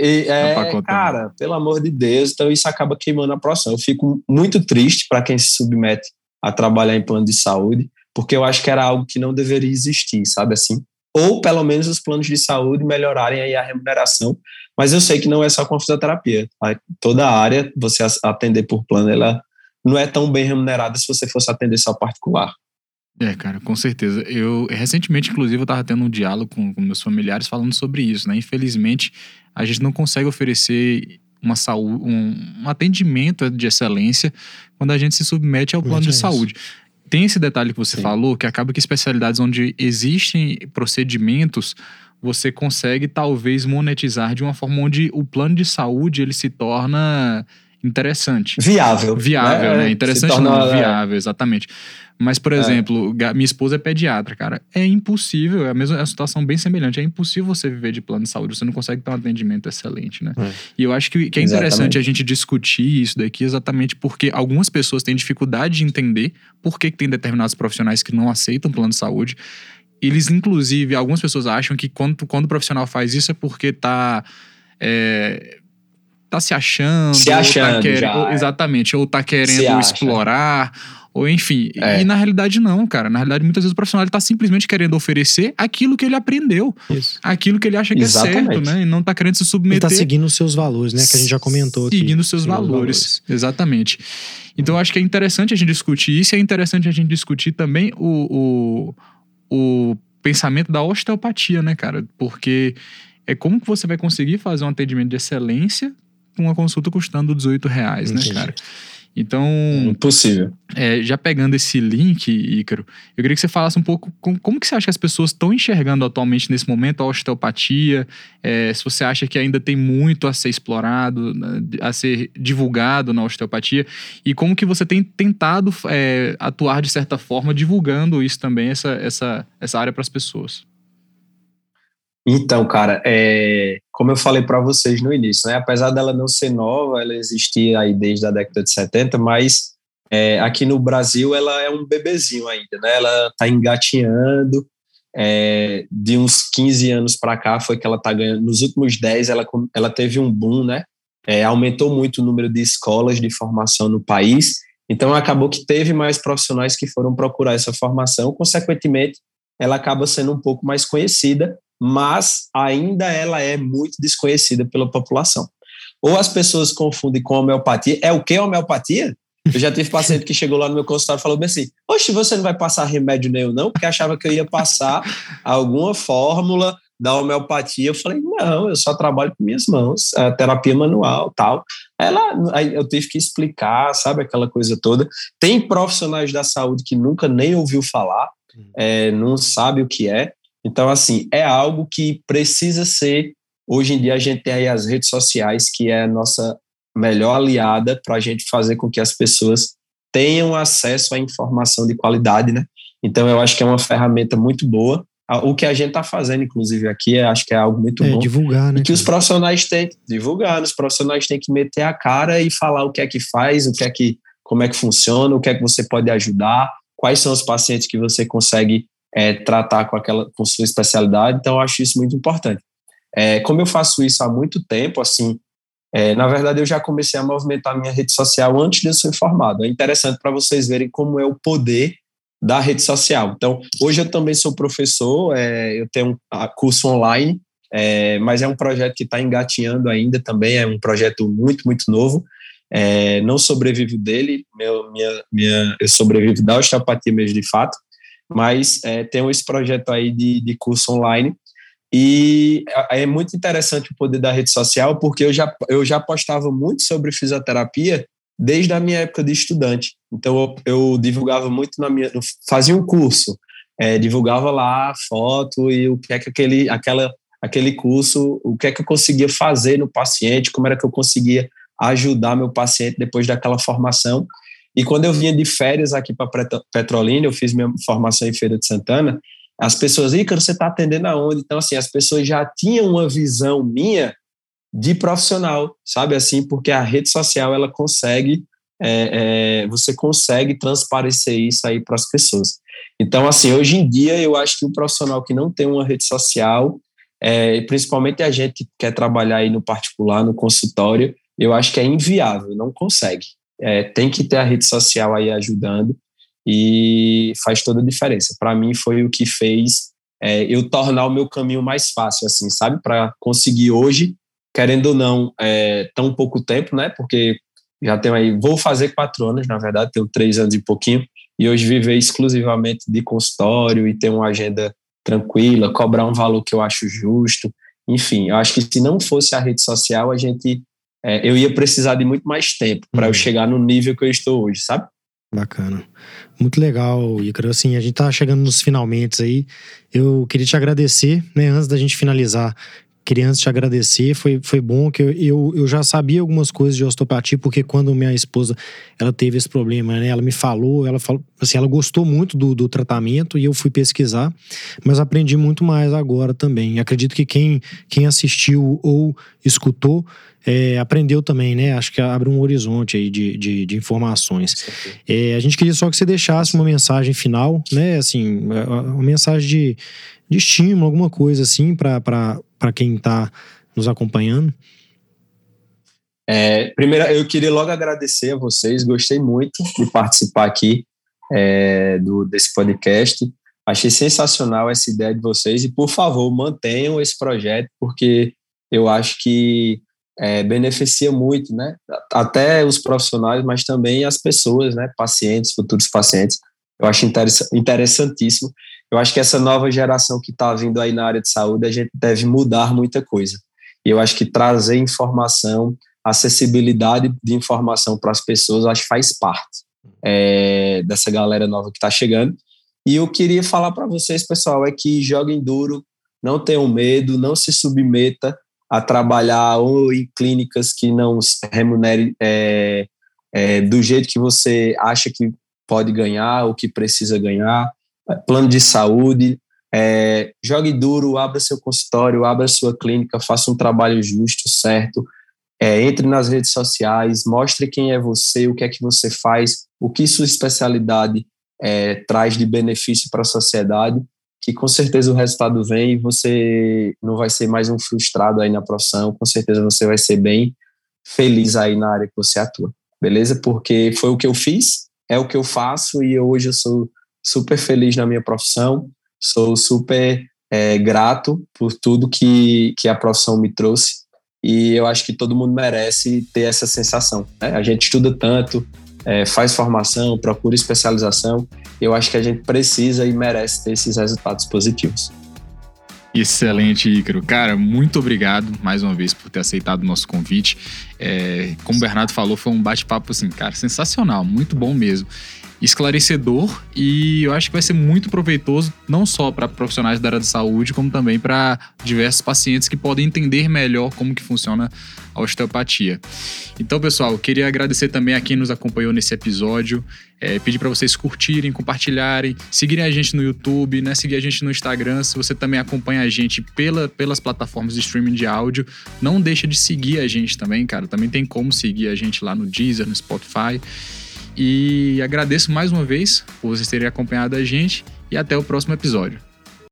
Cara, pelo amor de Deus, então isso acaba queimando a profissão. Eu fico muito triste para quem se submete a trabalhar em plano de saúde, porque eu acho que era algo que não deveria existir, sabe assim? Ou pelo menos os planos de saúde melhorarem aí a remuneração, mas eu sei que não é só com a fisioterapia. Toda a área, você atender por plano, ela não é tão bem remunerada se você fosse atender só particular. Cara, com certeza. Eu, recentemente, inclusive, eu tava tendo um diálogo com meus familiares falando sobre isso, né? Infelizmente, a gente não consegue oferecer uma saúde, um atendimento de excelência quando a gente se submete ao plano de saúde. Tem esse detalhe que você falou, que acaba que especialidades onde existem procedimentos, você consegue talvez monetizar de uma forma onde o plano de saúde ele se torna interessante. Viável, né? Interessante não, viável, exatamente. Mas, por exemplo, minha esposa é pediatra, cara. É impossível, é uma situação bem semelhante. É impossível você viver de plano de saúde, você não consegue ter um atendimento excelente, né? E eu acho que é interessante a gente discutir isso daqui exatamente porque algumas pessoas têm dificuldade de entender por que tem determinados profissionais que não aceitam plano de saúde. Eles, inclusive, algumas pessoas acham que quando o profissional faz isso é porque tá se achando, tá querendo, exatamente, ou tá querendo explorar, ou enfim. E na realidade não, cara. Na realidade, muitas vezes o profissional ele tá simplesmente querendo oferecer aquilo que ele aprendeu. Isso. Aquilo que ele acha que é certo, né? E não tá querendo se submeter. Ele tá seguindo os seus valores, né? Que a gente já comentou aqui. Seguindo os seus valores. Exatamente. Então, eu acho que é interessante a gente discutir isso. E é interessante a gente discutir também o pensamento da osteopatia, né, cara? Porque é como que você vai conseguir fazer um atendimento de excelência com uma consulta custando R$18, né, cara? Então... Impossível. Já pegando esse link, Ícaro, eu queria que você falasse um pouco como que você acha que as pessoas estão enxergando atualmente nesse momento a osteopatia, se você acha que ainda tem muito a ser explorado, a ser divulgado na osteopatia, e como que você tem tentado atuar de certa forma divulgando isso também, essa área para as pessoas. Então, cara, como eu falei para vocês no início, né? Apesar dela não ser nova, ela existia aí desde a década de 70, mas aqui no Brasil ela é um bebezinho ainda, né? Ela está engatinhando, de uns 15 anos para cá foi que ela está ganhando. Nos últimos 10 ela teve um boom, né? Aumentou muito o número de escolas de formação no país, então acabou que teve mais profissionais que foram procurar essa formação, consequentemente ela acaba sendo um pouco mais conhecida, mas ainda ela é muito desconhecida pela população. Ou as pessoas confundem com homeopatia. É o que homeopatia? Eu já tive paciente que chegou lá no meu consultório e falou bem assim, oxe, você não vai passar remédio nenhum não? Porque achava que eu ia passar alguma fórmula da homeopatia. Eu falei, não, eu só trabalho com minhas mãos, terapia manual, tal. Aí eu tive que explicar, sabe, aquela coisa toda. Tem profissionais da saúde que nunca nem ouviu falar, não sabe o que é. Então, assim, é algo que precisa ser... Hoje em dia a gente tem aí as redes sociais, que é a nossa melhor aliada para a gente fazer com que as pessoas tenham acesso à informação de qualidade, né? Então, eu acho que é uma ferramenta muito boa. O que a gente está fazendo, inclusive, aqui, acho que é algo muito bom. Divulgar, né? E que os profissionais têm que divulgar, os profissionais têm que meter a cara e falar o que é que faz, como é que funciona, o que é que você pode ajudar, quais são os pacientes que você consegue tratar com sua especialidade. Então, eu acho isso muito importante. Como eu faço isso há muito tempo, assim, na verdade, eu já comecei a movimentar minha rede social antes de eu ser formado. É interessante para vocês verem como é o poder da rede social. Então, hoje eu também sou professor, eu tenho um curso online, mas é um projeto que está engatinhando ainda também, é um projeto muito, muito novo. Não sobrevivo dele, eu sobrevivo da osteopatia mesmo de fato, mas tenho esse projeto aí de curso online. E é muito interessante o poder da rede social, porque eu já postava muito sobre fisioterapia desde a minha época de estudante. Então, eu divulgava muito fazia um curso, divulgava lá a foto e o que é que aquele curso, o que é que eu conseguia fazer no paciente, como era que eu conseguia ajudar meu paciente depois daquela formação. E quando eu vinha de férias aqui para Petrolina, eu fiz minha formação em Feira de Santana, as pessoas, Ícaro, você está atendendo aonde? Então, assim, as pessoas já tinham uma visão minha de profissional, sabe, assim, porque a rede social, ela consegue, você consegue transparecer isso aí para as pessoas. Então, assim, hoje em dia, eu acho que o profissional que não tem uma rede social, principalmente a gente que quer trabalhar aí no particular, no consultório, eu acho que é inviável, não consegue. Tem que ter a rede social aí ajudando e faz toda a diferença. Para mim, foi o que fez eu tornar o meu caminho mais fácil, assim, sabe? Para conseguir hoje, querendo ou não, tão pouco tempo, né? Porque já tenho aí, vou fazer 4 anos, na verdade, tenho 3 anos e pouquinho, e hoje viver exclusivamente de consultório e ter uma agenda tranquila, cobrar um valor que eu acho justo. Enfim, eu acho que se não fosse a rede social, eu ia precisar de muito mais tempo para eu chegar no nível que eu estou hoje, sabe? Bacana. Muito legal, Ícaro. Assim, a gente tá chegando nos finalmente aí. Eu queria te agradecer, né? Antes da gente finalizar, queria antes te agradecer. Foi bom que eu já sabia algumas coisas de osteopatia, porque quando minha esposa ela teve esse problema, né? Ela falou assim, ela gostou muito do tratamento e eu fui pesquisar, mas aprendi muito mais agora também. Acredito que quem assistiu ou escutou aprendeu também, né? Acho que abre um horizonte aí de informações. A gente queria só que você deixasse uma mensagem final, né? Assim, uma mensagem de estímulo, alguma coisa assim, para quem está nos acompanhando. Primeiro, eu queria logo agradecer a vocês. Gostei muito de participar aqui desse podcast. Achei sensacional essa ideia de vocês e, por favor, mantenham esse projeto, porque eu acho que beneficia muito, né? Até os profissionais, mas também as pessoas, né? Pacientes, futuros pacientes. Eu acho interessantíssimo. Eu acho que essa nova geração que está vindo aí na área de saúde, a gente deve mudar muita coisa. E eu acho que trazer informação, acessibilidade de informação para as pessoas, acho que faz parte dessa galera nova que está chegando. E eu queria falar para vocês, pessoal, que joguem duro, não tenham medo, não se submeta a trabalhar ou em clínicas que não remunerem do jeito que você acha que pode ganhar ou que precisa ganhar. Plano de saúde, jogue duro, abra seu consultório, abra sua clínica, faça um trabalho justo, certo, entre nas redes sociais, mostre quem é você, o que é que você faz, o que sua especialidade traz de benefício para a sociedade, que com certeza o resultado vem e você não vai ser mais um frustrado aí na profissão, com certeza você vai ser bem feliz aí na área que você atua, beleza? Porque foi o que eu fiz, é o que eu faço e hoje eu sou super feliz na minha profissão, sou super grato por tudo que a profissão me trouxe e eu acho que todo mundo merece ter essa sensação, né? A gente estuda tanto, faz formação, procura especialização, eu acho que a gente precisa e merece ter esses resultados positivos. Excelente, Ícaro. Cara, muito obrigado mais uma vez por ter aceitado o nosso convite. Como o Bernardo falou, foi um bate-papo assim, cara, sensacional, muito bom mesmo. Esclarecedor e eu acho que vai ser muito proveitoso não só para profissionais da área de saúde, como também para diversos pacientes que podem entender melhor como que funciona a osteopatia. Então, pessoal, eu queria agradecer também a quem nos acompanhou nesse episódio, pedir para vocês curtirem, compartilharem, seguirem a gente no YouTube, né, seguir a gente no Instagram. Se você também acompanha a gente pelas plataformas de streaming de áudio, não deixa de seguir a gente também, cara. Também tem como seguir a gente lá no Deezer, no Spotify. E agradeço mais uma vez por vocês terem acompanhado a gente e até o próximo episódio.